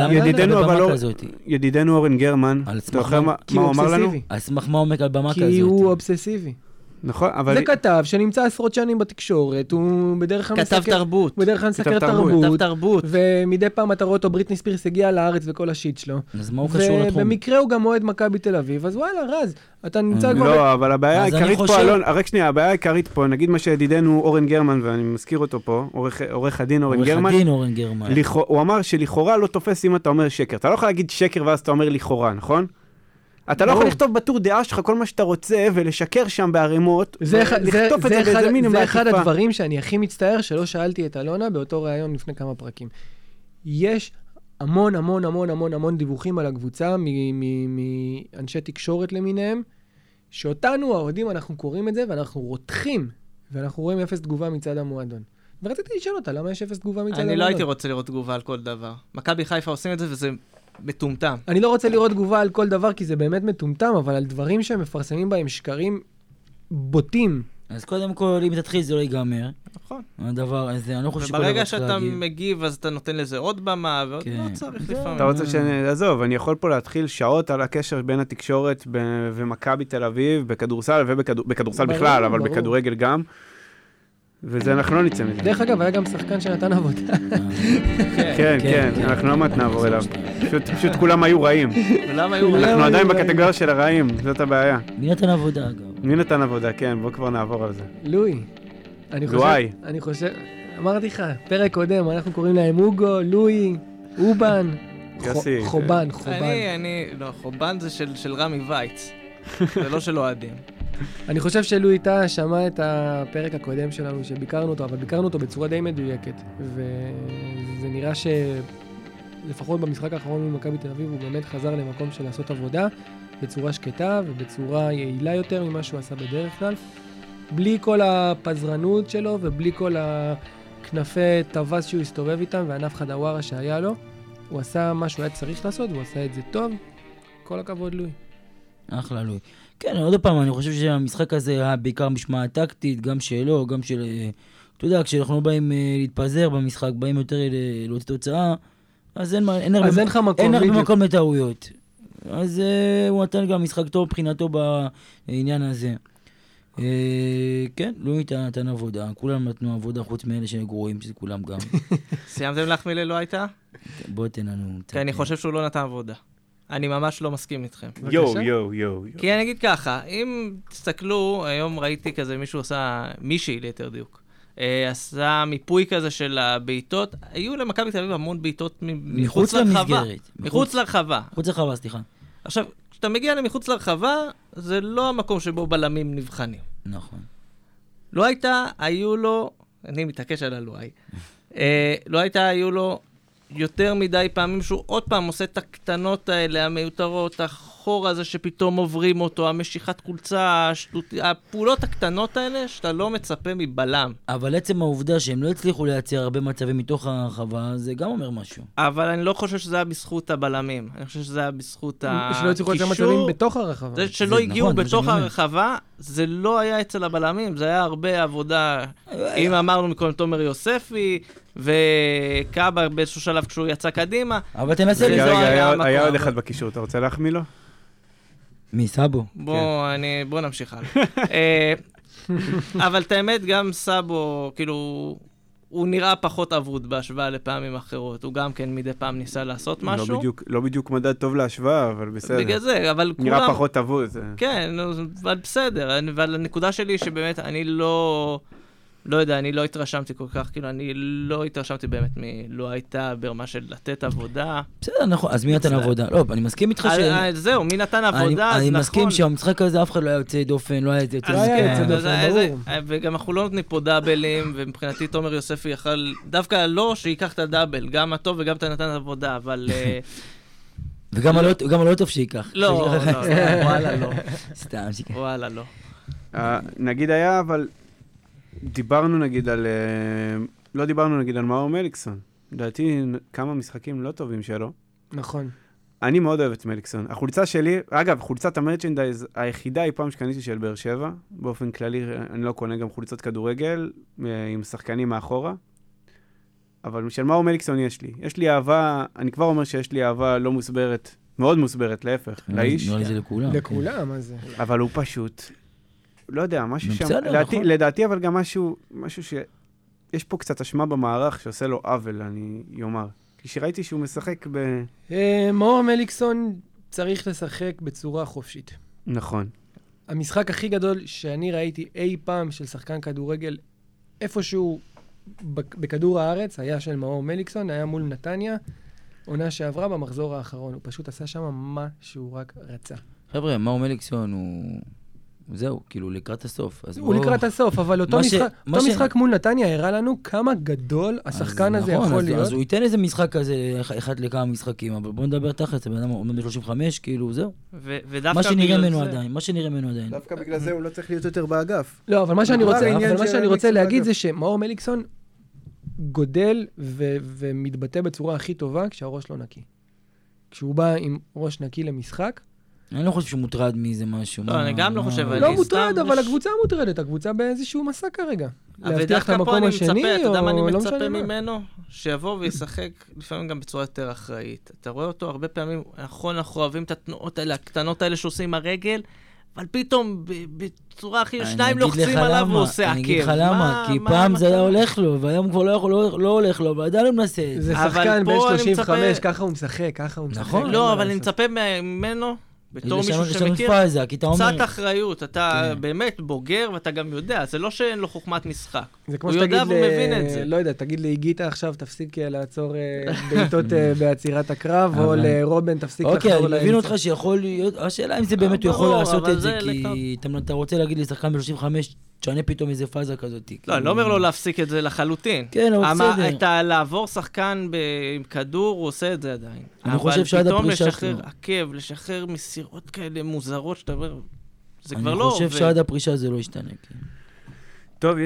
ידידנו אורן גרמן, אתה זוכר מה הוא אמר לנו? על סמך מה עומק על במה כזאת? כי הוא אובססיבי. נכון, אבל... זה כתב שנמצא עשרות שנים בתקשורת, הוא בדרך כלל כתב תרבות. בדרך כלל מסקר תרבות. ומדי פעם אתה רואה אותו, בריטני ספירס הגיע לארץ וכל השיט שלו. אז מה הוא קשור לתחום? ובמקרה הוא גם אוהד מכבי תל אביב, אז וואלה, רז, אתה נמצא כבר... לא, אבל הבעיה העיקרית פה, אלון, רק שנייה, הבעיה העיקרית פה, נגיד מה שידידנו אורן גרמן, ואני מזכיר אותו פה, עורך הדין אורן גרמן, הוא אמר שלכאורה לא תופס אם אתה אומר שקר. אתה לא יכול להגיד שקר ואז אתה אומר לכאורה, נכון? אתה לא יכול לכתוב בטור דעה שלך כל מה שאתה רוצה, ולשקר שם בערימות, ולכתוב את זה באיזה מינימום בעקיפה. זה אחד הדברים שאני הכי מצטער, שלא שאלתי את אלונה באותו ראיון לפני כמה פרקים. יש המון המון המון המון המון דיווחים על הקבוצה, מאנשי תקשורת למיניהם, שאותנו, האוהדים, אנחנו קוראים את זה, ואנחנו רותחים, ואנחנו רואים אפס תגובה מצד המועדון. ורציתי לשאול אותה, למה יש אפס תגובה מצד המועדון? אני לא הייתי רוצה לראות תגובה על כל דבר. מכבי חיפה עושים את זה, וזה מטומטם. אני לא רוצה לראות תגובה על כל דבר, כי זה באמת מטומטם, אבל על דברים שהם מפרסמים בהם שקרים בוטים. אז קודם כל, אם תתחיל זה לא ייגמר. נכון. הדבר הזה, אני לא חושב שכל וברגע שאתה מגיב, אז אתה נותן לזה עוד במה, ועוד לא צריך לפעמים. אתה רוצה שנעזוב, אני יכול פה להתחיל שעות על הקשר בין התקשורת ומכבי תל אביב, בכדורסל ובכדורסל בכלל, אבל בכדורגל גם. וזה אנחנו לא נצא מזה. דרך אגב, היה גם שחקן שנתן עבודה. כן, כן, אנחנו לא מעט נעבור אליו. פשוט כולם היו רעים. אנחנו עדיין בקטגוריה של הרעים, זאת הבעיה. מי נתן עבודה, אגב? מי נתן עבודה, כן, בוא כבר נעבור על זה. לואי. אני חושב, אמרתי לך, פרק קודם, אנחנו קוראים להם אוגו, לואי, אובן, חובן. לא, חובן זה של רמי וייץ, זה לא של אוהדים. אני חושב שלואי איתה שמע את הפרק הקודם שלנו, שביקרנו אותו, אבל ביקרנו אותו בצורה די מדויקת, וזה נראה שלפחות במשחק האחרון מול מכבי תל אביב, הוא באמת חזר למקום של לעשות עבודה, בצורה שקטה ובצורה יעילה יותר ממה שהוא עשה בדרך כלל, בלי כל הפזרנות שלו ובלי כל הכנפי טווס שהוא הסתובב איתם וענף חדווארה שהיה לו. הוא עשה מה שהוא היה צריך לעשות, והוא עשה את זה טוב. כל הכבוד, לואי. אחלה, לואי. כן, עוד פעם, אני חושב שהמשחק הזה היה בעיקר משמעת טקטית, גם שלו, גם של... אתה יודע, כשאנחנו באים להתפזר במשחק, באים יותר להוציא תוצאה, אז אין הרבה מקום לטעויות. אז הוא נתן גם משחק טוב מבחינתו בעניין הזה. כן, לא נתן עבודה, כולם נתנו עבודה חוץ מאלה שגרועים, שזה כולם גם. סיימתם להחמיא ללא הייתה? בוא תן לנו. כי אני חושב שהוא לא נתן עבודה. אני ממש לא מסכים איתכם. יו. כי אני אגיד ככה, אם תסתכלו, היום ראיתי כזה מישהי ליתר דיוק, עשה מיפוי כזה של הבעיטות, היו למכבי תל אביב המון בעיטות מחוץ לרחבה. מחוץ לרחבה, סליחה. עכשיו, כשאתה מגיע למחוץ לרחבה, זה לא המקום שבו בלמים נבחנים. נכון. לא הייתה, היו לו, אני מתעקש על הלואי, לא הייתה, היו לו יותר מדי פעמים שהוא עוד פעם עושה את הקטנות האלה, המיותרות, החור הזה שפתאום עוברים אותו, המשיכת קולצה, הפעולות הקטנות האלה שאתה לא מצפה מבלם. אבל עצם העובדה שהם לא הצליחו לייצר הרבה מצבים מתוך הרחבה, זה גם אומר משהו. אבל אני לא חושב שזה היה בזכות הבלמים. אני חושב שזה היה בזכות הקישור. שלא הצליחו לייצר מצבים בתוך הרחבה. זה שלא הגיעו בתוך הרחבה, זה לא היה אצל הבלמים, זה היה הרבה עבודה. אם אמרנו מקודם תומר יוספי, וקאבה באיזשהו שלב כשהוא יצא קדימה. אבל תנסה לזה. היה עוד אחד בקישור, אתה רוצה להחמיא לו? מי, סאבו? בוא נמשיך הלאה. אבל את האמת, גם סאבו, כאילו, הוא נראה פחות אבוד בהשוואה לפעמים אחרות. הוא גם כן מדי פעם ניסה לעשות משהו. לא בדיוק מדד טוב להשוואה, אבל בסדר. בגלל זה, אבל כולם... נראה פחות אבוד. כן, אבל בסדר. אבל הנקודה שלי שבאמת אני לא יודע, אני לא התרשמתי כל כך, כאילו, אני לא התרשמתי באמת לא הייתה ברמה של לתת עבודה. בסדר, נכון, אז מי נתן עבודה? לא, אני מסכים איתך זהו, מי נתן עבודה, אז נכון. אני מסכים שהמשחק הזה אף אחד לא היה יוצא דופן, לא היה יוצא דופן, וגם אנחנו לא נותנים פה דאבלים, ומבחינתי תומר יוספי יכל, דווקא לא שיקח את הדאבל, גם הטוב וגם את נתן עבודה, אבל... וגם הלא טוב שיקח. לא, וואלה לא. סתם שיקח. וואלה לא. נגיד היה, אבל... דיברנו נגיד על... לא דיברנו נגיד על מאור מליקסון. לדעתי כמה משחקים לא טובים שלו. נכון. אני מאוד אוהב את מליקסון. החולצה שלי, אגב, חולצת המרצ'נדייז היחידה היא פעם שקניתי של באר שבע. באופן כללי אני לא קונה גם חולצות כדורגל עם שחקנים מאחורה. אבל של מאור מליקסון יש לי. יש לי אהבה, אני כבר אומר שיש לי אהבה לא מוסברת, מאוד מוסברת, להפך, לאיש. נראה לי זה לכולם. לכולם, מה זה? אבל הוא פשוט... לא יודע, משהו שם, לדעתי אבל גם משהו שיש פה קצת אשמה במערך שעושה לו עוול, אני אומר. כי שראיתי שהוא משחק מאור מליקסון צריך לשחק בצורה חופשית. נכון. המשחק הכי גדול שאני ראיתי אי פעם של שחקן כדורגל, איפשהו בכדור הארץ, היה של מאור מליקסון, היה מול נתניה, עונה שעברה במחזור האחרון. הוא פשוט עשה שם מה שהוא רק רצה. חבר'ה, מאור מליקסון הוא... זהו, כאילו לקראת הסוף. הוא לקראת הסוף, אבל אותו משחק מול נתניה הראה לנו כמה גדול השחקן הזה יכול להיות. אז הוא ייתן איזה משחק כזה, אחד לכמה משחקים, אבל בואו נדבר תחת, זה בן אדם עומד ב-35, כאילו, זהו. מה שנראה ממנו עדיין. דווקא בגלל זה הוא לא צריך להיות יותר באגף. לא, אבל מה שאני רוצה להגיד זה שמאור מליקסון גודל ומתבטא בצורה הכי טובה כשהראש לא נקי. כשהוא בא עם ראש נקי למשחק, אני לא חושב שהוא מוטרד מאיזה משהו. לא, אני גם לא חושב. לא מוטרד, אבל הקבוצה מוטרדת, הקבוצה באיזשהו מסע כרגע. להבטיח את המקום השני, אתה יודע מה אני מצפה ממנו? שיבוא וישחק לפעמים גם בצורה יותר אחראית. אתה רואה אותו הרבה פעמים, נכון, אנחנו אוהבים את התנועות האלה, הקטנות האלה שעושים הרגל, אבל פתאום בצורה הכי שניים לוחצים עליו והוא עושה עקב. אני אגיד לך למה, כי פעם זה היה הולך לו, והיום כבר לא הולך לו, ועדיין הוא מנסה. זה שחקן בין 35, ככה הוא משחק, ככה הוא משחק. לא, אבל אני מצפה ממנו, בתור מישהו שמכיר, קצת אחריות, אתה באמת בוגר ואתה גם יודע, זה לא שאין לו חוכמת משחק. הוא יודע והוא מבין את זה. לא יודע, תגיד לאיגיטה עכשיו, תפסיק לעצור בעיטות בעצירת הקרב, או לרובן, תפסיק לחזור לאמצע. אוקיי, אני מבין אותך שיכול להיות, השאלה אם זה באמת הוא יכול לעשות את זה, כי אתה רוצה להגיד לי שחקן ב-35, תשנה פתאום איזה פאזה כזאת. לא, אני לא אומר לו להפסיק את זה לחלוטין. כן, אבל בסדר. אתה לעבור שחקן עם כדור, הוא עושה את זה עדיין. אני חושב שעד הפרישה שלו. אבל פתאום לשחרר עקב, לשחרר מסירות כאלה מוזרות, שאתה אומר, זה כבר לא עובד. אני חושב שעד הפרישה זה לא ישתנה. טוב,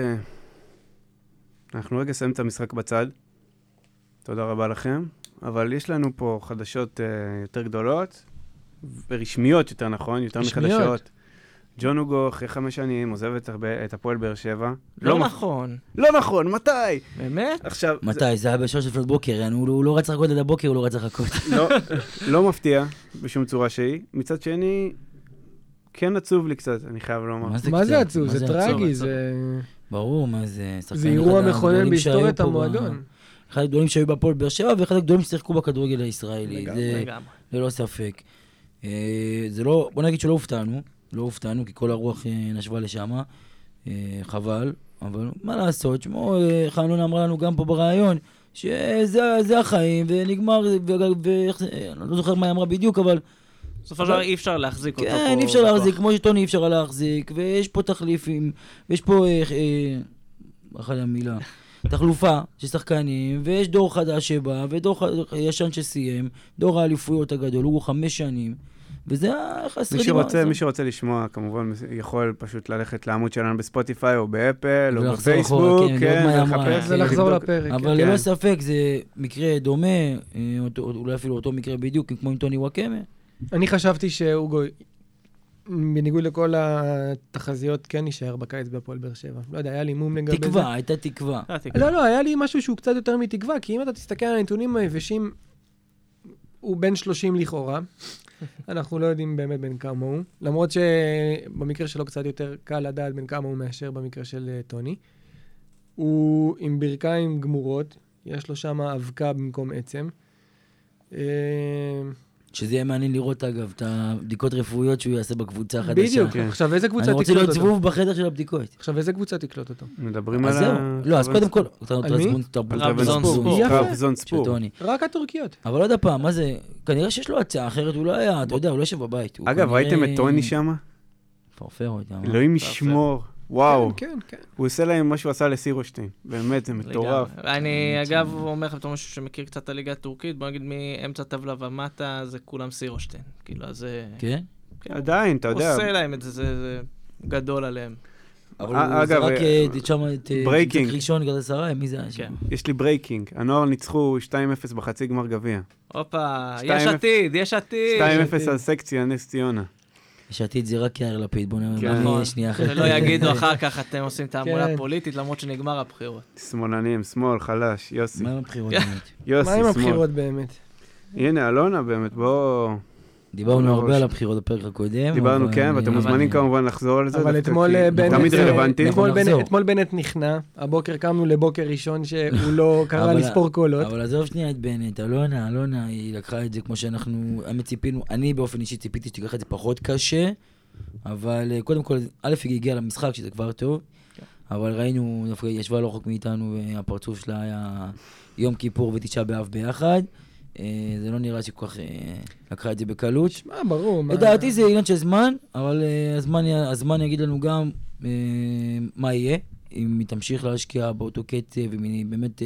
אנחנו רגע נסיים את המשחק בצד. תודה רבה לכם. אבל יש לנו פה חדשות יותר גדולות, ורשמיות יותר נכון, יותר מחדשות. ג'ון אוגו, אחרי 5 שנים, עוזב את הפועל באר שבע. לא נכון. לא נכון, מתי? באמת? עכשיו... מתי? זה היה בשעה של לפנות בוקר, הוא לא רצה לחכות עד הבוקר, הוא לא רצה לחכות. לא מפתיע בשום צורה שהיא. מצד שני, כן עצוב לי קצת, אני חייב לומר. מה זה עצוב? זה טרגי, זה... ברור, מה זה... זה אירוע מכונן בהיסטוריית המועדון. אחד הגדולים שהיו בפועל באר שבע, ואחד הגדולים ששיחקו בכדורגל הישראלי. זה ללא ספק. זה לא... בוא נגיד שלא הופתענו. לא הופתענו, כי כל הרוח נשבה לשם, חבל, אבל מה לעשות, שמו חנונה אמרה לנו גם פה ברעיון, שזה החיים, ונגמר, אני לא זוכר מה היא אמרה בדיוק, אבל... בסופו של דבר אי אפשר להחזיק אותו פה. כן, אי אפשר להחזיק, כמו שטוני אי אפשר להחזיק, ויש פה תחליפים, ויש פה, אחת המילה, תחלופה של שחקנים, ויש דור חדש שבא, ודור ישן שסיים, דור האליפויות הגדול, הוא 5 שנים, וזה מי שרוצה לשמוע, כמובן, יכול פשוט ללכת לעמוד שלנו בספוטיפיי, או באפל, או בפייסבוק, ולחזור לפרק. אבל ללא ספק, זה מקרה דומה, אולי אפילו אותו מקרה בדיוק, כמו עם טוני וואקמה. אני חשבתי שאוגו, בניגוד לכל התחזיות, כן נשאר בקיץ בהפועל באר שבע. לא יודע, היה לי מום לגבי זה. תקווה, הייתה תקווה. לא, היה לי משהו שהוא קצת יותר מתקווה, כי אם אתה תסתכל על הנתונים היבשים, הוא בן 30 לכאורה. אנחנו לא יודעים באמת בין כמה הוא. למרות שבמקרה שלו קצת יותר קל לדעת בין כמה הוא מאשר במקרה של טוני. הוא עם ברכיים גמורות, יש לו שם אבקה במקום עצם. שזה יהיה מעניין לראות, אגב, את הבדיקות רפואיות שהוא יעשה בקבוצה החדשה. בדיוק, עכשיו איזה קבוצה תקלוט אותו? אני רוצה להיות זבוב בחדר של הבדיקות. עכשיו איזה קבוצה תקלוט אותו? מדברים על לא, אז קודם כל... טרבזון ספור. רק הטורקיות. אבל עוד הפעם, מה זה? כנראה שיש לו הצעה, אחרת הוא לא היה, אתה יודע, הוא לא יושב בבית. אגב, ראיתם את טוני שם? פרפר אותם. אלוהים ישמור. וואו. כן. הוא עושה להם מה שהוא עשה לסירושטיין. באמת, זה מטורף. אני, אגב, אומר לכם, בתור משהו שמכיר קצת את הליגה הטורקית, בוא נגיד מאמצע טבלה ומטה, זה כולם סירושטיין. כאילו, אז זה... כן? עדיין, אתה יודע. עושה להם את זה, זה גדול עליהם. אבל הוא זרק שם את ראשון גד 10, מי זה היה שם? יש לי ברייקינג. הנוער ניצחו 2-0 בחצי גמר גביע. הופה, יש עתיד. 2-0 על סקציה, נס ציונה. יש עתיד זה רק יאיר לפיד, בוא נאמר שנייה אחרת. שלא יגידו אחר כך אתם עושים תעמולה פוליטית, למרות שנגמר הבחירות. שמאלנים, שמאל, חלש, יוסי. מה עם הבחירות באמת? יוסי, שמאל. מה עם הבחירות באמת? הנה, אלונה באמת, בוא... דיברנו הרבה על הבחירות בפרק הקודם. דיברנו, כן, ואתם מוזמנים כמובן לחזור על זה. אבל אתמול תמיד רלוונטי. אתמול בנט נכנע, הבוקר קמנו לבוקר ראשון שהוא לא קרא לספור קולות. אבל עזוב שנייה את בנט, אלונה, היא לקחה את זה כמו שאנחנו ציפינו, אני באופן אישי ציפיתי שתיקח את זה פחות קשה, אבל קודם כל, א' היא הגיעה למשחק שזה כבר טוב, אבל ראינו, ישבה לא רחוק מאיתנו, והפרצוף שלה היה יום כיפור ותשעה באב ביחד, זה לא נראה שכל כך לקחה את זה בקלות. מה, ברור. לדעתי זה עניין של זמן, אבל הזמן יגיד לנו גם מה יהיה, אם היא תמשיך להשקיע באותו קצב, אם היא באמת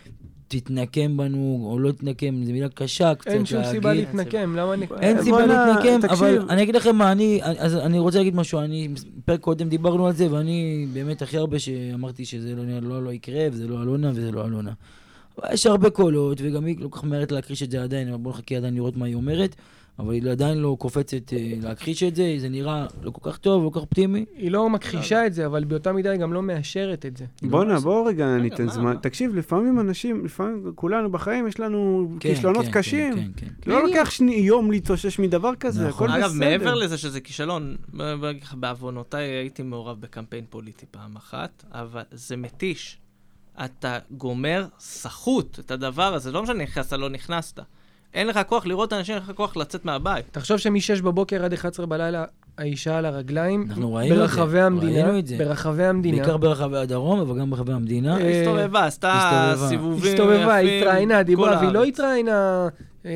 תתנקם בנו, או לא תתנקם, זו מילה קשה קצת להגיד. אין שום סיבה להתנקם, למה נקם? אין סיבה להתנקם, אבל אני אגיד לכם מה, אני רוצה להגיד משהו, פרק קודם דיברנו על זה, ואני באמת הכי הרבה שאמרתי שזה לא יקרה, וזה לא אלונה, וזה לא אלונה. יש הרבה קולות, וגם היא לא כל כך מהרת להכחיש את זה עדיין, אבל בואו נחכה עדיין לראות מה היא אומרת, אבל היא עדיין לא קופצת להכחיש את זה, זה נראה לא כל כך טוב, לא כל כך אופטימי. היא לא מכחישה את זה, אבל באותה מידה היא גם לא מאשרת את זה. בואו רגע ניתן זמן. תקשיב, לפעמים אנשים, לפעמים כולנו בחיים, יש לנו כישלונות קשים. לא לוקח יום להתאושש מדבר כזה, הכל בסדר. אגב, מעבר לזה שזה כישלון, בעוונותיי הייתי מעורב בקמפיין פוליטי פעם אחת, אבל זה מתיש. אתה גומר סחוט את הדבר הזה, לא משנה נכנסת, לא נכנסת. אין לך כוח לראות אנשים, אין לך כוח לצאת מהבית. תחשוב שמ-6 בבוקר עד 11 בלילה, האישה על הרגליים, אנחנו ראינו את זה. ברחבי המדינה. בעיקר ברחבי הדרום, אבל גם ברחבי המדינה. הסתובבה, עשתה סיבובים. הסתובבה, התראיינה, דיברה, והיא לא התראיינה.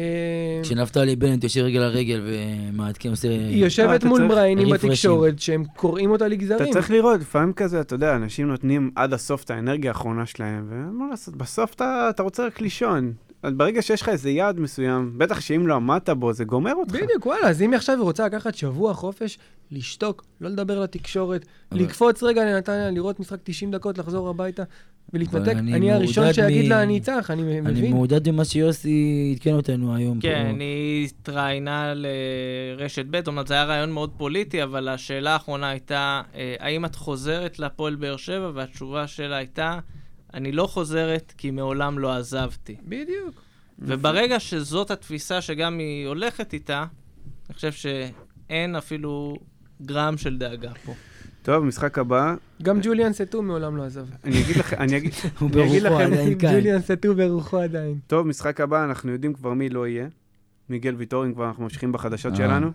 כשנפתלי בנט יושב רגל על רגל ומעדכן עושה... היא יושבת מול מראיינים בתקשורת שהם קוראים אותה לגזרים. אתה צריך לראות, לפעמים כזה, אתה יודע, אנשים נותנים עד הסוף את האנרגיה האחרונה שלהם, ומה לעשות, בסוף אתה רוצה רק לישון. ברגע שיש לך איזה יעד מסוים, בטח שאם לא עמדת בו, זה גומר אותך. בדיוק, וואלה, אז אם היא עכשיו רוצה לקחת שבוע חופש, לשתוק, לא לדבר לתקשורת, לקפוץ רגע לנתניה, לראות משחק 90 דקות, לחזור הביתה ולהתנתק. אני הראשון שיגיד לה, אני איתך, אני מבין. אני מעודד במה שיוסי התקן אותנו היום. כן, היא התראיינה לרשת ב', זאת אומרת, זה היה רעיון מאוד פוליטי, אבל השאלה האחרונה הייתה, האם את חוזרת לפועל באר שבע? והתשובה שלה הייתה, אני לא חוזרת כי מעולם לא עזבתי. בדיוק. וברגע שזאת התפיסה שגם היא הולכת איתה, אני חושב שאין אפילו גרם של דאגה פה. טוב, משחק הבא. גם ג'וליאן סטו מעולם לא עזב. אני אגיד לכם, הוא ברוחו עדיין כאן. ג'וליאן סטו ברוחו עדיין. טוב, משחק הבא, אנחנו יודעים כבר מי לא יהיה. מיגל ויטור, כבר אנחנו ממשיכים בחדשות שלנו.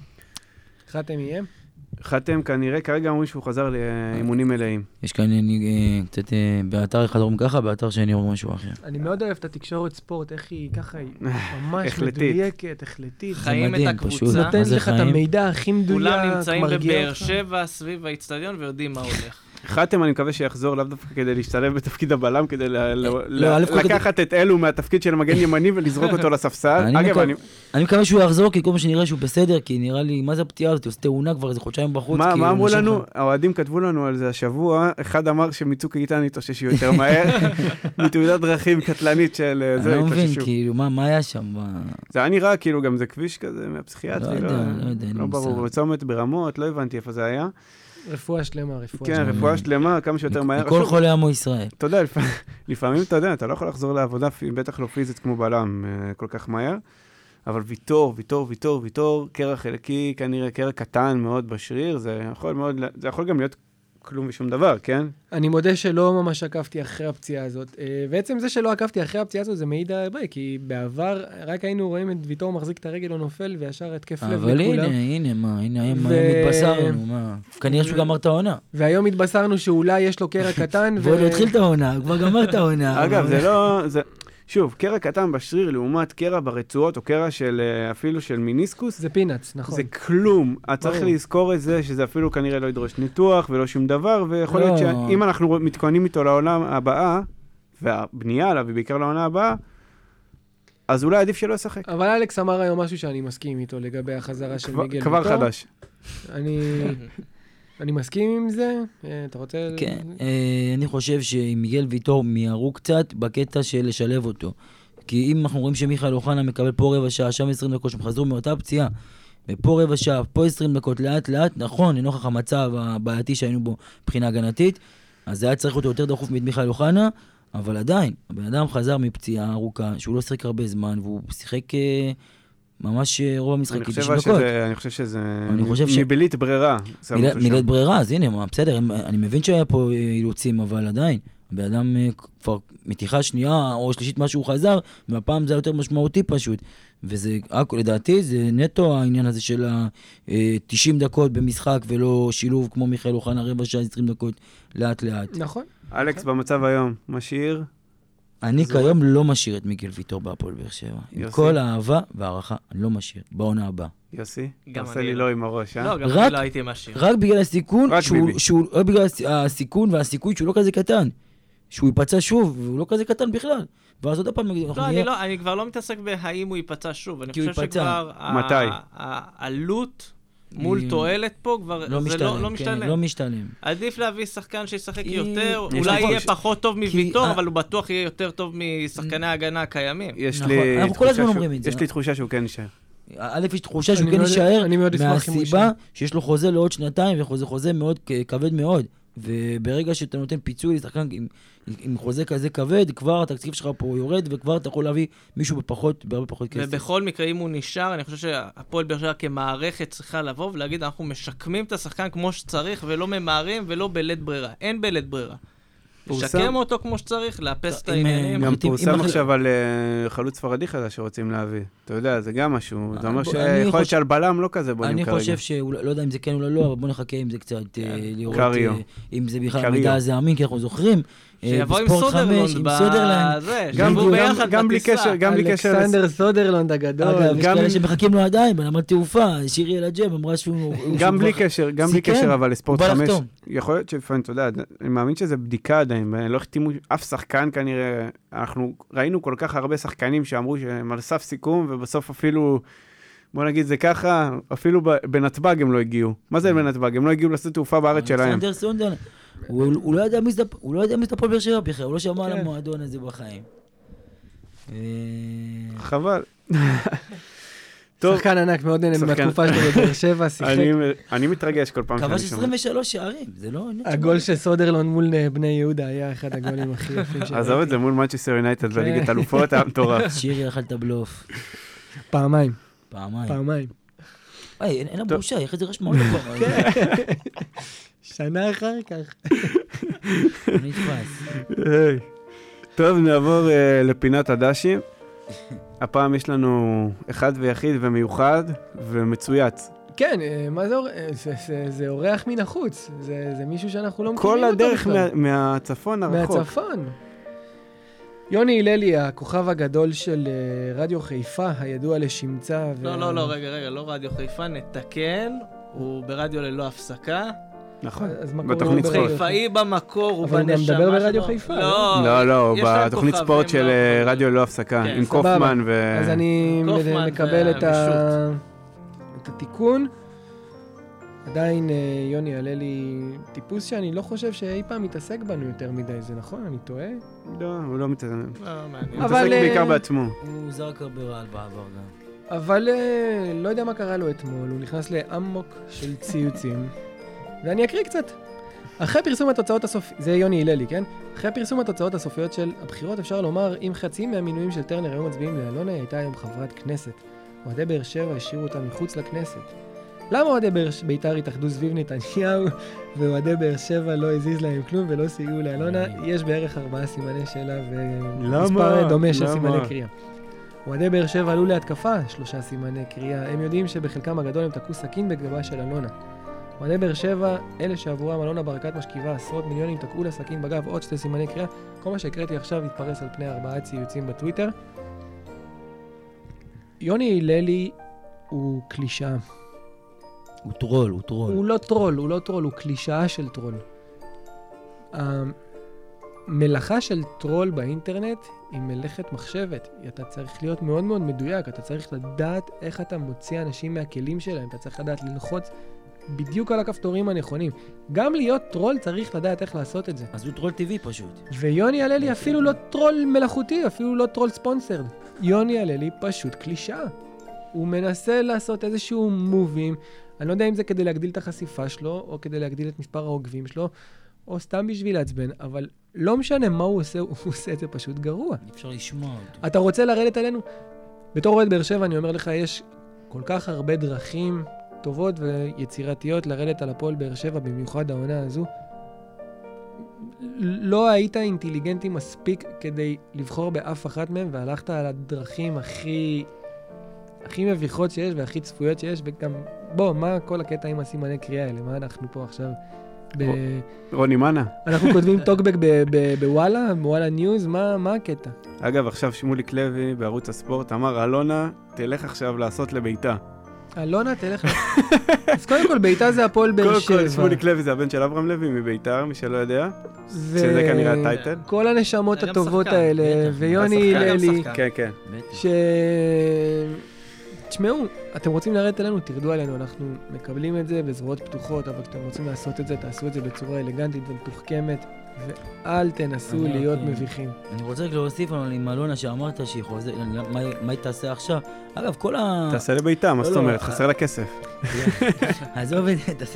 חתם יהיה? חתם כנראה, כרגע אומרים שהוא חזר לאימונים מלאים. יש כאן קצת, באתר אחד אומרים ככה, באתר שני אומרים משהו אחר. אני מאוד אוהב את התקשורת ספורט, איך היא ככה, היא ממש מדויקת, החלטית. חיים את הקבוצה. נותנת לך את המידע הכי מדויק, כולם נמצאים בבאר שבע סביב האצטדיון ויודעים מה הולך. חתם, אני מקווה שיחזור לאו דווקא כדי להשתלב בתפקיד הבלם, כדי לקחת את אלו מהתפקיד של המגן ימני ולזרוק אותו לספסל. אני מקווה שהוא יחזור, כי כל מה שנראה שהוא בסדר, כי נראה לי, מה זה הפתיעה הזאת? הוא עושה תאונה כבר איזה חודשיים בחוץ. מה אמרו לנו? האוהדים כתבו לנו על זה השבוע, אחד אמר שמצוק איתן התאוששו יותר מהר, מתאונת דרכים קטלנית של זה. אני לא מבין, כאילו, מה היה שם? זה היה נראה, כאילו, גם זה כביש כזה מהפסיכיאטרי, לא ברור, בצומת ברמות, לא הבנתי איפה זה היה. רפואה שלמה, כן, רפואה שלמה, כמה שיותר מהר. כל חולי עמו ישראל. אתה יודע, לפעמים אתה יודע, אתה לא יכול לחזור לעבודה, בטח לא פיזית כמו בלם כל כך מהר, אבל ויטור, קרע חלקי, כנראה קרע קטן מאוד בשריר, זה יכול גם להיות כלום ושום דבר, כן? אני מודה שלא ממש עקבתי אחרי הפציעה הזאת. בעצם זה שלא עקבתי אחרי הפציעה הזאת זה מעיד הרבה, כי בעבר רק היינו רואים את ויטור מחזיק את הרגל או נופל, וישר התקף לב לכולם. אבל הנה, היום מתבשרנו, מה? כנראה שהוא גמר את העונה. והיום התבשרנו שאולי יש לו קרע קטן. והוא לא התחיל את העונה, הוא כבר גמר את העונה. אגב, זה לא... שוב, קרע קטן בשריר לעומת קרע ברצועות, או קרע אפילו של מיניסקוס. זה פינאץ, נכון. זה כלום. את צריך לזכור את זה, שזה אפילו כנראה לא ידרוש ניתוח ולא שום דבר, ויכול להיות שאם אנחנו מתכוננים איתו לעונה הבאה, והבנייה עליו, ובעיקר לעונה הבאה, אז אולי עדיף שלא ישחק. אבל אלכס אמר היום משהו שאני מסכים איתו לגבי החזרה של מיגל ויטור. כבר חדש. אני מסכים עם זה, אתה רוצה... כן, אני חושב שמיגל ויטור מיהרו קצת בקטע של לשלב אותו. כי אם אנחנו רואים שמיכאל אוחנה מקבל פה רבע שעה, שם 20 דקות, שהם חזרו מאותה פציעה, ופה רבע שעה, פה 20 דקות, לאט לאט, נכון, לנוכח המצב הבעייתי שהיינו בו מבחינה הגנתית, אז זה היה צריך אותו יותר דחוף ממיכאל אוחנה, אבל עדיין, הבן אדם חזר מפציעה ארוכה, שהוא לא שיחק הרבה זמן, והוא שיחק... ממש רוב המשחק, אני חושב שזה מבלית ברירה. מבלית ברירה, אז הנה, בסדר, אני מבין שהיה פה אילוצים, אבל עדיין, באדם כבר מתיחה שנייה או שלישית משהו חזר, והפעם זה יותר משמעותי פשוט. וזה, לדעתי, זה נטו העניין הזה של 90 דקות במשחק, ולא שילוב כמו מיכאל אוחנה, רבע שעה 20 דקות לאט לאט. נכון. אלכס במצב היום, משאיר? אני כיום לא משאיר את מיקל ויטור בהפועל באר שבע. עם כל האהבה והערכה, אני לא משאיר. בעונה הבאה. יוסי? תעשה לי לא עם הראש, לא, גם אני לא הייתי משאיר. רק בגלל הסיכון, רק בגלל הסיכון והסיכוי שהוא לא כזה קטן. שהוא ייפצע שוב, והוא לא כזה קטן בכלל. ואז עוד הפעם... לא, אני כבר לא מתעסק בהאם הוא ייפצע שוב. אני חושב שכבר... מתי? העלות מול תועלת פה כבר... לא משתלם. לא משתלם. עדיף להביא שחקן שישחק יותר, אולי יהיה פחות טוב מוויטור, אבל הוא בטוח יהיה יותר טוב משחקני ההגנה הקיימים. אנחנו כל הזמן אומרים את זה. יש לי תחושה שהוא כן נשאר. א', יש תחושה שהוא כן נשאר מהסיבה שיש לו חוזה לעוד 2 וחוזה מאוד כבד מאוד. וברגע שאתה נותן פיצוי לשחקן עם חוזה כזה כבד, כבר התקציב שלך פה יורד, וכבר אתה יכול להביא מישהו בהרבה פחות כסף. ובכל מקרה, אם הוא נשאר, אני חושב שהפועל באר שבע כמערכת צריכה לבוא ולהגיד, אנחנו משקמים את השחקן כמו שצריך, ולא ממהרים ולא בלית ברירה. אין בלית ברירה. לשקם אותו כמו שצריך, לאפס את העניינים. גם פורסם עכשיו על חלוץ ספרדי חדש שרוצים להביא. אתה יודע, זה גם משהו. זה אומר שיכול להיות שעל בלם לא כזה בונים כרגע. אני חושב לא יודע אם זה כן או לא, אבל בוא נחכה אם זה קצת לראות אם זה בכלל המידע הזה אמין, כי אנחנו זוכרים. שיבוא עם סודרלונד בזה, שיבוא ביחד בטיסה. אלכסנדר סודרלונד הגדול. אגב, יש כאלה שמחכים לו עדיין, בנמל תעופה, שירי אלג'ם אמרה שהוא... גם בלי קשר, אבל לספורט 5, יכול להיות שלפעמים, אתה יודע, אני מאמין שזה בדיקה עדיין, לא החתימו אף שחקן כנראה, אנחנו ראינו כל כך הרבה שחקנים שאמרו שהם על סף סיכום, ובסוף אפילו, בוא נגיד זה ככה, אפילו בנתב"ג הם לא הגיעו. מה זה בנתב"ג? הם לא הגיעו לשדה תעופה בארץ שלהם. אלכסנדר סודרלנד, הוא לא יודע מי זה הפועל באר שבע בכלל, הוא לא שמע על המועדון הזה בחיים. חבל. שחקן ענק מאוד מהתקופה שלו בבאר שבע, שיחק. אני מתרגש כל פעם. כבש 23 שערים, זה לא... הגול של סודרלונד מול בני יהודה היה אחד הגולים הכי יפים שלו. עזוב את זה מול מנצ'סטר יונייטד בליגת האלופות, היה מטורף. שירי אכל את הבלוף. פעמיים. אין לה בושה, איך זה רשמות כבר. שנה אחר כך. נתפס. טוב, נעבור לפינת הדשים. הפעם יש לנו אחד ויחיד ומיוחד ומצויץ. כן, מה זה אורח? זה אורח מן החוץ. זה מישהו שאנחנו לא מכירים אותו. כל הדרך מהצפון הרחוק. מהצפון. יוני הללי, הכוכב הגדול של רדיו חיפה, הידוע לשמצה. לא, רגע, לא רדיו חיפה, נתקן. הוא ברדיו ללא הפסקה. נכון, בתוכנית ספורט. חיפאי במקור, הוא אבל הוא מדבר ברדיו חיפה. לא, בתוכנית ספורט של רדיו ללא הפסקה, עם קופמן ו... אז אני מקבל את התיקון. עדיין יוני הללי טיפוס שאני לא חושב שאי פעם מתעסק בנו יותר מדי, זה נכון? אני טועה? לא, הוא לא מתעסק. הוא מתעסק בעיקר בעצמו. הוא זרק הרבה רעל בעבר גם. אבל לא יודע מה קרה לו אתמול, הוא נכנס לאמוק של ציוצים. ואני אקריא קצת. אחרי פרסום התוצאות הסופיות, זה יוני הללי, כן? אחרי פרסום התוצאות הסופיות של הבחירות, אפשר לומר, אם חצי מהמינויים של טרנר היו מצביעים לאלונה, היא הייתה היום חברת כנסת. אוהדי באר שבע השאירו אותה מחוץ לכנסת. למה אוהדי בית"ר התאחדו סביב נתניהו, ואוהדי באר שבע לא הזיז להם כלום ולא סייעו לאלונה? יש בערך 4 סימני שאלה ומספר דומה של סימני קריאה. אוהדי באר שבע עלו להתקפה, 3 סימני קריאה. הם יודעים שבחלקם הגדול הם תקעו סכין בגבה של אלונה. אוהדי באר שבע, אלה שעבורם אלונה ברקת משכיבה עשרות מיליונים, תקעו לסכין בגב, עוד 2 סימני קריאה. כל מה שהקראתי עכשיו התפרס על פני 4 ציוצים בטוויטר. יוני הללי הוא קלישאה. הוא טרול. הוא לא טרול, הוא קלישאה של טרול. המלאכה של טרול באינטרנט היא מלאכת מחשבת. אתה צריך להיות מאוד מאוד מדויק, אתה צריך לדעת איך אתה מוציא אנשים מהכלים שלהם, אתה צריך לדעת ללחוץ בדיוק על הכפתורים הנכונים. גם להיות טרול צריך לדעת איך לעשות את זה. אז הוא טרול טבעי פשוט. ויוני הללי אפילו לא טרול מלאכותי, אפילו לא טרול ספונסרד. יוני הללי פשוט קלישאה. הוא מנסה לעשות איזשהו מובים, אני לא יודע אם זה כדי להגדיל את החשיפה שלו, או כדי להגדיל את מספר העוקבים שלו, או סתם בשביל לעצבן, אבל לא משנה מה הוא עושה, הוא עושה את זה פשוט גרוע. אי אפשר לשמוע אותו. אתה רוצה לרדת עלינו? בתור אוהד באר שבע אני אומר לך, יש כל כך הרבה דרכים טובות ויצירתיות לרדת על הפועל באר שבע, במיוחד העונה הזו. לא היית אינטליגנטי מספיק כדי לבחור באף אחת מהם, והלכת על הדרכים הכי מביכות שיש והכי צפויות שיש, וגם, מה כל הקטע עם הסימני קריאה האלה? מה אנחנו פה עכשיו רוני מנה. אנחנו כותבים טוקבק בוואלה, בוואלה ניוז, מה הקטע? אגב, עכשיו שמוליק לוי בערוץ הספורט אמר, אלונה, תלך עכשיו לעשות לביתה. אלונה, תלך... אז קודם כל, ביתה זה הפועל באר שבע. קודם כל, שמוליק לוי זה הבן של אברהם לוי מביתר, מי שלא יודע. שזה כנראה הטייטל. כל הנשמות הטובות האלה, ויוני ללי, כן, כן. תשמעו, אתם רוצים לרדת אלינו, תרדו עלינו, אנחנו מקבלים את זה בזרועות פתוחות, אבל כשאתם רוצים לעשות את זה, תעשו את זה בצורה אלגנטית ומתוחכמת, ואל תנסו להיות מביכים. אני רוצה להוסיף עם אלונה שאמרת שהיא חוזרת, מה היא תעשה עכשיו? אגב, כל ה... תעשה לביתה, מה זאת אומרת? חסר לה כסף. עזוב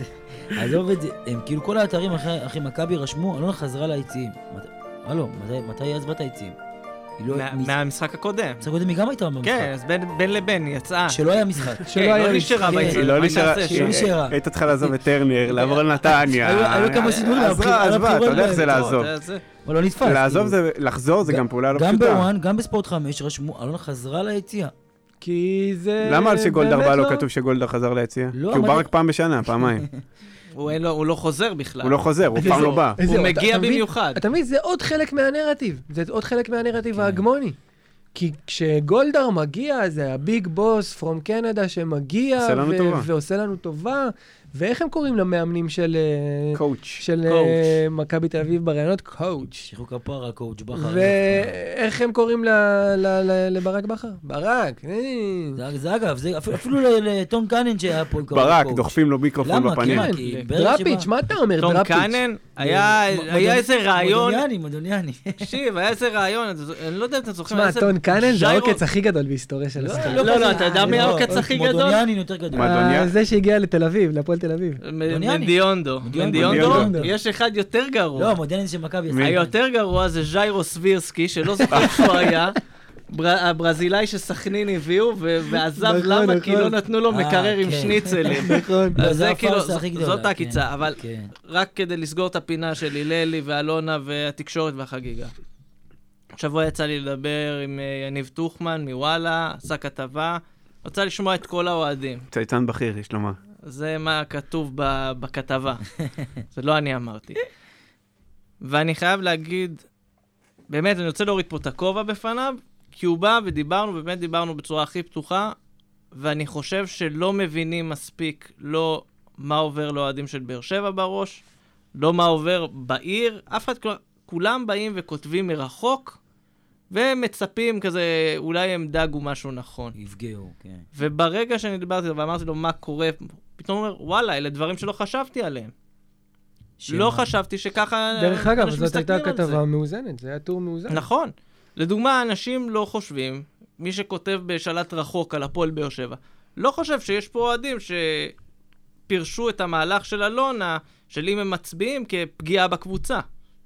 את זה, כאילו כל האתרים אחרי מכבי רשמו, אלונה חזרה ליציעים. מתי היא עזבה את היציעים? מהמשחק הקודם. המשחק הקודם היא גם הייתה במשחק. כן, אז בין לבין היא יצאה. שלא היה משחק. לא נשארה ביציעים. לא נשארה. היית צריכה לעזוב את טרנר, לעבור לנתניה. היו כמה סידורים. עזבה, אתה יודע איך זה לעזוב. אבל לא נתפס. לחזור זה גם פעולה לא פשוטה. גם בוואן, גם בספורט 5 רשמו, אלונה חזרה ליציאה. כי זה... למה על שגולדר בא לא כתוב שגולדר חזר ליציאה? כי הוא בא רק פעם בשנה, פעמיים. הוא לא חוזר בכלל. הוא לא חוזר, הוא פעם לא בא. הוא מגיע במיוחד. אתה מבין, זה עוד חלק מהנרטיב. זה עוד חלק מהנרטיב ההגמוני. כי כשגולדר מגיע, זה הביג בוס פרום קנדה שמגיע ועושה לנו טובה. ואיך הם קוראים למאמנים של... קואוץ'. של מכבי תל אביב ברעיונות? קואוץ'. שחרור כפרה, קואוץ' בכר. ואיך הם קוראים לברק בכר? ברק. זה אגב, אפילו לטום קאנן שהיה פה... ברק, דוחפים לו מיקרופון בפנים. דראפיץ', מה אתה אומר? טום קאנן, היה איזה רעיון... מודוניאני. תקשיב, היה איזה רעיון, אני לא יודע אם אתם זוכרים... תשמע, טום קאנן זה העוקץ הכי גדול בהיסטוריה של הספורט. לא, אתה יודע מי העוקץ הכי גדול? מודוניאני יותר גדול. זה שהגיע לתל אביב, להפועל תל אביב. מנדיונדו. יש אחד יותר גרוע. לא, מודיעני של מכבי. היותר גרוע זה ז'יירו סבירסקי, שלא זוכר שהוא היה. הברזילאי שסכנין הביאו, ועזב למה? כי לא נתנו לו מקרר עם שניצלים. נכון. אז זה כאילו, זאת העקיצה. אבל רק כדי לסגור את הפינה של הללי ואלונה והתקשורת והחגיגה. השבוע יצא לי לדבר עם יניב טוחמן מוואלה, עשה כתבה. רוצה לשמוע את כל האוהדים. צייצן בכיר, יש לומר. זה מה כתוב בכתבה. זה לא אני אמרתי. ואני חייב להגיד, באמת, אני רוצה להוריד פה את הכובע בפניו, כי הוא בא ודיברנו, באמת דיברנו בצורה הכי פתוחה, ואני חושב שלא מבינים מספיק לא מה עובר לאוהדים של באר שבע בראש, לא מה עובר בעיר, אף אחד, כולם באים וכותבים מרחוק, ומצפים כזה, אולי הם דאגו משהו נכון. יפגעו, כן. וברגע שאני דיברתי לו ואמרתי לו מה קורה, פתאום הוא אומר, וואלה, אלה דברים שלא חשבתי עליהם. לא חשבתי שככה... דרך אגב, זאת הייתה כתבה מאוזנת, זה היה טור מאוזן. נכון. לדוגמה, אנשים לא חושבים, מי שכותב בשלט רחוק על הפועל באר שבע, לא חושב שיש פה אוהדים שפירשו את המהלך של אלונה, של אם הם מצביעים כפגיעה בקבוצה.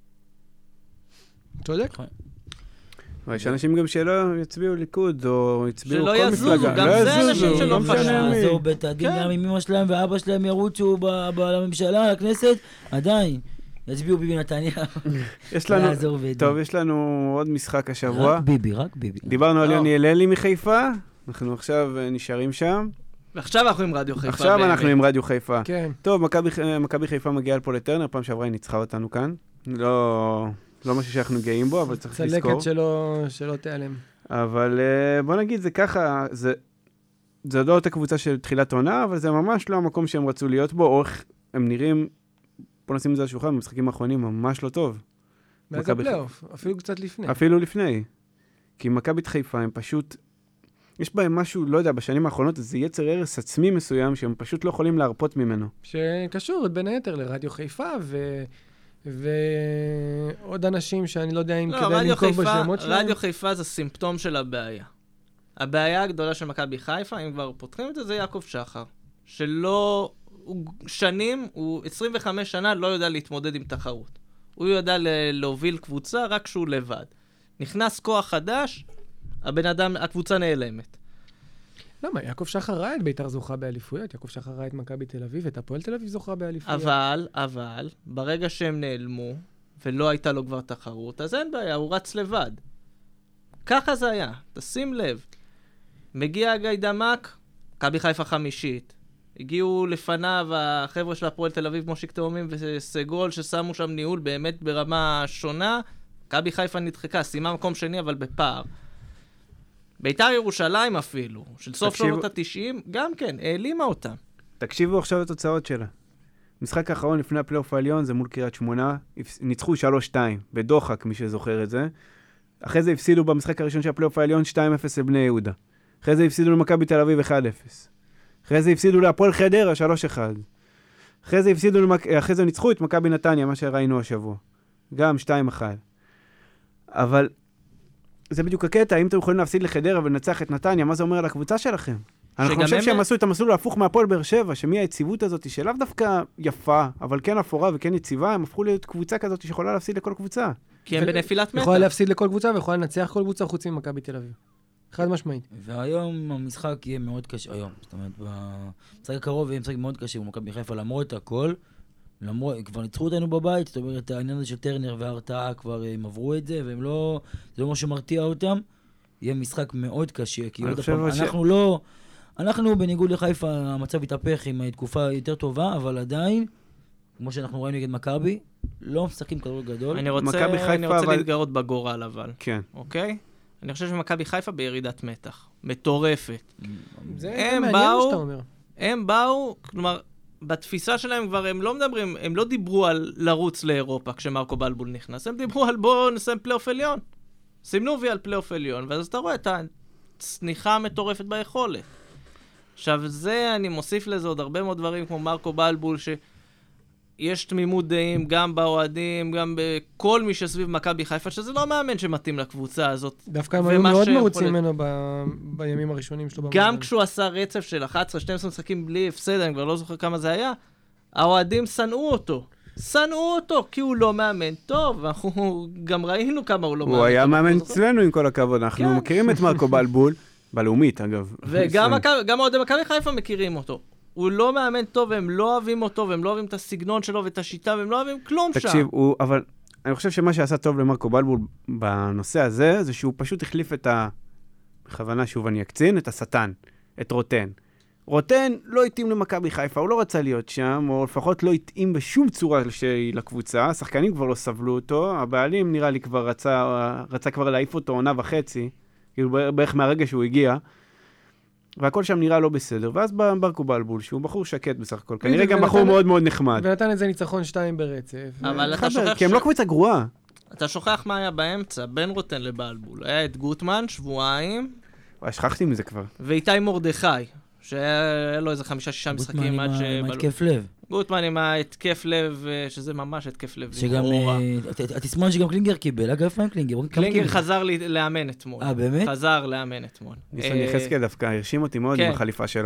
צודק. יש אנשים גם שלא יצביעו ליכוד, או יצביעו כל מפלגה. שלא יזוזו, גם זה אנשים שלא משנה. זהו בית הדין, גם אם אמא שלהם ואבא שלהם ירוצו בממשלה, לכנסת, עדיין. יצביעו ביבי נתניה. טוב, יש לנו עוד משחק השבוע. רק ביבי. דיברנו על יוני הללי מחיפה, אנחנו עכשיו נשארים שם. ועכשיו אנחנו עם רדיו חיפה. עכשיו אנחנו עם רדיו חיפה. כן. טוב, מכבי חיפה מגיעה לפה לטרנר, פעם שעברה היא ניצחה אותנו כאן. לא משהו שאנחנו גאים בו, אבל צריך לזכור. צלקת שלא תיעלם. אבל בוא נגיד, זה ככה, זה לא אותה קבוצה של תחילת עונה, אבל זה ממש לא המקום שהם רצו להיות בו, או איך הם נראים, בוא נשים את זה על שולחן, במשחקים האחרונים ממש לא טוב. מאז הפלייאוף, אפילו קצת לפני. אפילו לפני. כי מכבי חיפה הם פשוט, יש בהם משהו, לא יודע, בשנים האחרונות, זה יצר הרס עצמי מסוים, שהם פשוט לא יכולים להרפות ממנו. שקשור בין היתר לרדיו חיפה, ועוד אנשים שאני לא יודע אם כדאי לנקוב בשמות שלהם. רדיו חיפה זה סימפטום של הבעיה. הבעיה הגדולה של מכבי חיפה, אם כבר פותחים את זה, זה יעקב שחר. שלא, הוא 25 שנה לא יודע להתמודד עם תחרות. הוא יודע להוביל קבוצה רק כשהוא לבד. נכנס כוח חדש, הקבוצה נעלמת. למה? יעקב שחר ראה את בית"ר זוכה באליפויות, יעקב שחר ראה את מכבי תל אביב, את הפועל תל אביב זוכה באליפויות. אבל, ברגע שהם נעלמו, ולא הייתה לו כבר תחרות, אז אין בעיה, הוא רץ לבד. ככה זה היה, תשים לב. מגיע גיא דמק, מכבי חיפה חמישית. הגיעו לפניו החבר'ה של הפועל תל אביב, מושיק תאומים וסגול, ששמו שם ניהול באמת ברמה שונה. מכבי חיפה נדחקה, סיימה מקום שני, אבל בפער. בית"ר ירושלים אפילו, של סוף שנות ה-90, גם כן, העלימה אותם. תקשיבו עכשיו לתוצאות שלה. משחק האחרון לפני הפלייאוף העליון זה מול קריית שמונה, ניצחו 3-2, בדוחק, מי שזוכר את זה. אחרי זה הפסידו במשחק הראשון של הפלייאוף העליון 2-0 לבני יהודה. אחרי זה הפסידו למכבי תל אביב 1-0. אחרי זה הפסידו להפועל חדרה 3-1. אחרי זה ניצחו את מכבי נתניה, מה שראינו השבוע. גם 2-1. אבל זה בדיוק הקטע, אם אתם יכולים להפסיד לחדרה ולנצח את נתניה, מה זה אומר על הקבוצה שלכם? אני חושב שהם עשו את המסלול ההפוך מהפועל באר שבע, שמי היציבות הזאת שלאו דווקא יפה, אבל כן אפורה וכן יציבה, הם הפכו להיות קבוצה כזאת שיכולה להפסיד לכל קבוצה. כי הם בנפילת מתח. יכולה להפסיד לכל קבוצה ויכולה לנצח כל קבוצה חוץ ממכבי תל אביב. חד משמעית. והיום המשחק יהיה מאוד קשה, היום. זאת אומרת, במשחק הקרוב יהיה משחק מאוד קשה במכבי חיפה, למרות הכל. כבר ניצחו אותנו בבית, זאת אומרת, העניין הזה של טרנר וההרתעה כבר הם עברו את זה, והם לא, זה לא מה שמרתיע אותם. יהיה משחק מאוד קשה, כי עוד פעם, אנחנו בניגוד לחיפה, המצב התהפך עם תקופה יותר טובה, אבל עדיין, כמו שאנחנו רואים נגד מכבי, לא משחקים כדורגל גדול. אני רוצה להתגרות בגורל, אבל. כן. אוקיי? אני חושב שמכבי חיפה בירידת מתח. מטורפת. זה מעניין מה שאתה אומר. הם באו, כלומר, בתפיסה שלהם כבר הם לא מדברים, הם לא דיברו על לרוץ לאירופה כשמרקו בלבול נכנס, הם דיברו על בואו נסיים פלייאוף עליון. סימנו וי על פלייאוף עליון, ואז אתה רואה את הצניחה המטורפת ביכולת. עכשיו זה, אני מוסיף לזה עוד הרבה מאוד דברים כמו מרקו בלבול, שיש תמימות דעים גם באוהדים, גם בכל מי שסביב מכבי חיפה, שזה לא מאמן שמתאים לקבוצה הזאת. דווקא הם היו מאוד מרוצים ממנו בימים הראשונים שלו. גם כשהוא עשה רצף של 11-12 משחקים בלי הפסד, אני כבר לא זוכר כמה זה היה, האוהדים שנאו אותו, כי הוא לא מאמן טוב, אנחנו גם ראינו כמה הוא לא מאמן טוב. הוא היה מאמן אצלנו עם כל הכבוד, אנחנו מכירים את מרקו בלבול, בלאומית אגב. וגם אוהדי מכבי חיפה מכירים אותו. הוא לא מאמן טוב, והם לא אוהבים אותו, והם לא אוהבים את הסגנון שלו ואת השיטה, והם לא אוהבים כלום שם. תקשיב, אבל אני חושב שמה שעשה טוב למרקו בלבול בנושא הזה, זה שהוא פשוט החליף את בכוונה שוב אני אקצין, את השטן, את רוטן. רוטן לא התאים למכבי חיפה, הוא לא רצה להיות שם, או לפחות לא התאים בשום צורה לקבוצה, השחקנים כבר לא סבלו אותו, הבעלים נראה לי כבר רצה כבר להעיף אותו עונה וחצי, כאילו בערך מהרגע שהוא הגיע, והכל שם נראה לא בסדר, ואז בא מרקו בלבול, שהוא בחור שקט בסך הכל, כנראה גם בחור מאוד מאוד נחמד. ונתן את זה ניצחון 2 ברצף. אבל אתה שוכח... כי הם לא קבוצה גרועה. אתה שוכח מה היה באמצע, בין רוטן לבלבול. היה את גוטמן, שבועיים. שכחתי מזה כבר. ואיתי מורדכי, שהיה לו איזה 5-6 משחקים עד ש... גוטמן עם התקף לב. גוטמן עם ההתקף לב, שזה ממש התקף לב. שגם, התסמון שגם קלינגר קיבל, אגב, איפה עם קלינגר? קלינגר חזר לאמן אתמול. באמת? חזר לאמן אתמול. ניסן יחזקאל דווקא, הרשים אותי מאוד עם החליפה שלו.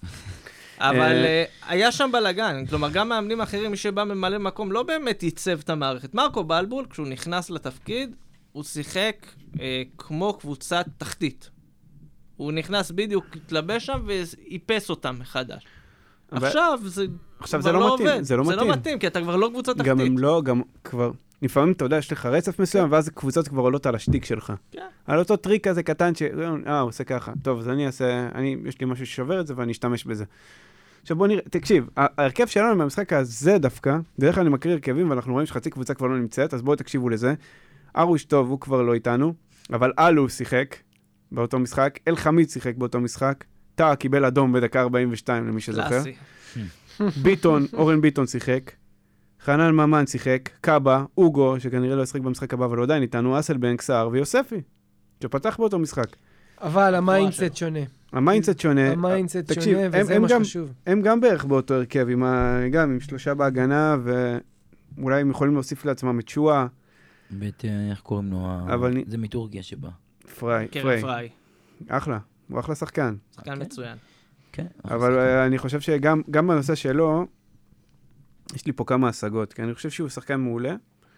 אבל היה שם בלגן, כלומר, גם מאמנים אחרים, מי שבא ממלא מקום, לא באמת ייצב את המערכת. מרקו בלבול, כשהוא נכנס לתפקיד, הוא שיחק כמו קבוצת תחתית. הוא נכנס בדיוק, התלבש שם ואיפס אותם מחדש. עכשיו זה לא עובד. זה לא מתאים, כי אתה כבר לא קבוצה תחתית. גם הם לא, גם כבר, לפעמים אתה יודע, יש לך רצף מסוים, ואז קבוצות כבר עולות על השטיק שלך. על אותו טריק כזה קטן הוא עושה ככה. טוב, אז אני אעשה, יש לי משהו ששובר את זה ואני אשתמש בזה. עכשיו בוא נראה, תקשיב, ההרכב שלנו במשחק הזה דווקא, דרך כלל אני מקריא הרכבים ואנחנו רואים שחצי קבוצה כבר לא נמצאת, אז בואו תקשיבו לזה. ארוש טוב, הוא כבר לא איתנו, אבל אלו שיחק באותו משחק, אל חמיד שיחק באותו משחק, טאה קיבל אדום בדקה 42 למי שזוכר. ביטון, אורן ביטון שיחק, חנן ממן שיחק, קאבה, אוגו, שכנראה לא ישחק במשחק הבא, אבל הוא עדיין איתנו, אסלבנק, סער ויוספי, שפתח באותו משחק. אבל המיינדסט שונה. המיינדסט שונה, תקשיב, וזה מה שחשוב. הם גם בערך באותו הרכב, גם עם 3 בהגנה, ואולי הם יכולים להוסיף לעצמם את שואה. איך קוראים לו? זה מטורגיה שבא. פריי. אחלה, הוא אחלה שחקן. שחקן מצוין. אבל אני חושב שגם בנושא שלו, יש לי פה כמה השגות, כי אני חושב שהוא שחקן מעולה,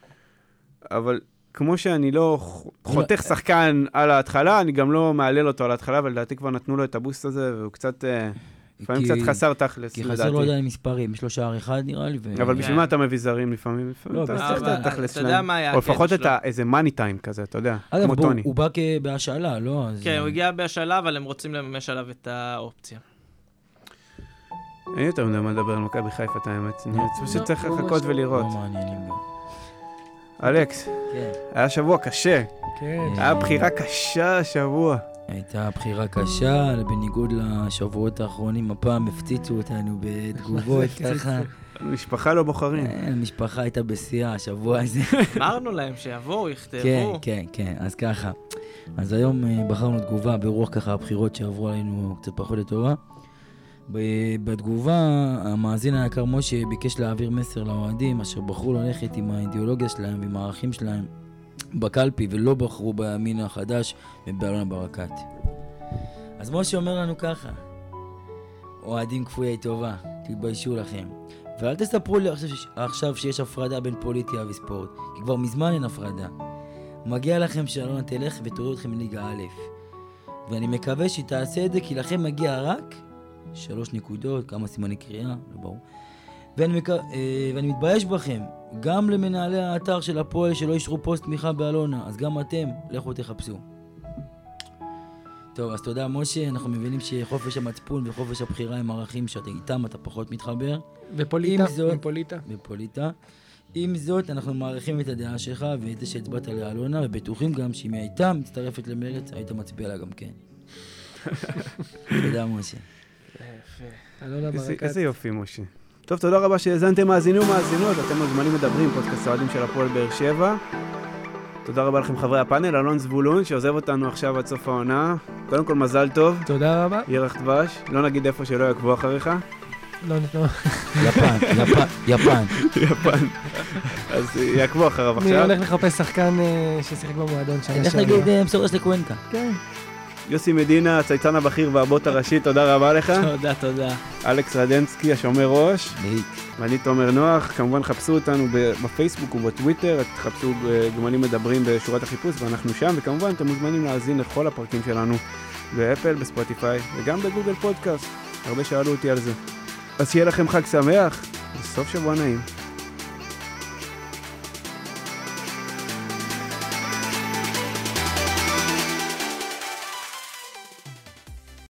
אבל כמו שאני לא חותך שחקן על ההתחלה, אני גם לא מעלל אותו על ההתחלה, ולדעתי כבר נתנו לו את הבוסט הזה, והוא קצת, לפעמים קצת חסר תכלס, לדעתי. כי חסר לו עדיין מספרים, 3-1 נראה לי. אבל בשביל מה אתה מביא זרים לפעמים? אתה צריך את התכלס שלהם. או לפחות איזה מאני טיים כזה, אתה יודע, כמו טוני. הוא בא בהשאלה, לא? כן, הוא הגיע בהשאלה, אבל הם רוצים לממש עליו את האופציה. אין יותר מדי מה לדבר על מכבי חיפה, את האמת. אני פשוט צריך לחכות ולראות. לא מעניינים גם. אלכס, כן. היה שבוע קשה. כן. היה בחירה קשה השבוע. הייתה בחירה קשה, בניגוד לשבועות האחרונים, הפעם הפציצו אותנו בתגובות ככה. משפחה לא בוחרים. המשפחה הייתה בשיאה השבוע הזה. אמרנו להם שיבואו, יכתבו. כן, כן, כן, אז ככה. אז היום בחרנו תגובה ברוח ככה הבחירות שעברו עלינו קצת פחות לטובה. בתגובה, המאזין היקר משה ביקש להעביר מסר לאוהדים אשר בחרו ללכת עם האידיאולוגיה שלהם ועם הערכים שלהם בקלפי ולא בחרו בימין החדש ובאלונה ברקת. אז משה אומר לנו ככה, אוהדים כפויי טובה, תתביישו לכם. ואל תספרו לי עכשיו שיש הפרדה בין פוליטיה וספורט, כי כבר מזמן אין הפרדה. מגיע לכם שאלונה תלך ותוריד אתכם לליגה א'. ואני מקווה שתעשה את זה כי לכם מגיע רק 3 נקודות, כמה סימני קריאה, לא ברור. ואני מתבייש בכם, גם למנהלי האתר של הפועל שלא ישרו פוסט תמיכה באלונה, אז גם אתם, לכו תחפשו. טוב, אז תודה משה, אנחנו מבינים שחופש המצפון וחופש הבחירה הם ערכים שאיתם אתה פחות מתחבר. בפוליטה. עם זאת, אנחנו מעריכים את הדעה שלך ואת זה שהצבעת לאלונה, ובטוחים גם שאם היא הייתה מצטרפת למרץ, היית מצביע לה גם כן. תודה משה. איזה יופי משה. טוב, תודה רבה שהאזנתם מאזינים ומאזינות, אתם מוזמנים מדברים, פודקאסט אוהדים של הפועל באר שבע. תודה רבה לכם חברי הפאנל, אלון זבולון שעוזב אותנו עכשיו עד סוף העונה. קודם כל מזל טוב. תודה רבה. ירח דבש, לא נגיד איפה שלא יעקבו אחריך. לא. יפן. אז יעקבו אחריו עכשיו. אני הולך לחפש שחקן ששיחק במועדון שנה איך נגיד מסורת של קוונקה. כן. יוסי מדינה, הצייצן הבכיר והבוט הראשי, תודה רבה לך. תודה. אלכס רדנסקי, השומר ראש. ואני תומר נוח. כמובן חפשו אותנו בפייסבוק ובטוויטר, תחפשו גמלים מדברים בשורת החיפוש ואנחנו שם, וכמובן אתם מוזמנים להאזין לכל הפרקים שלנו באפל, בספוטיפיי וגם בגוגל פודקאסט. הרבה שאלו אותי על זה. אז שיהיה לכם חג שמח וסוף שבוע נעים.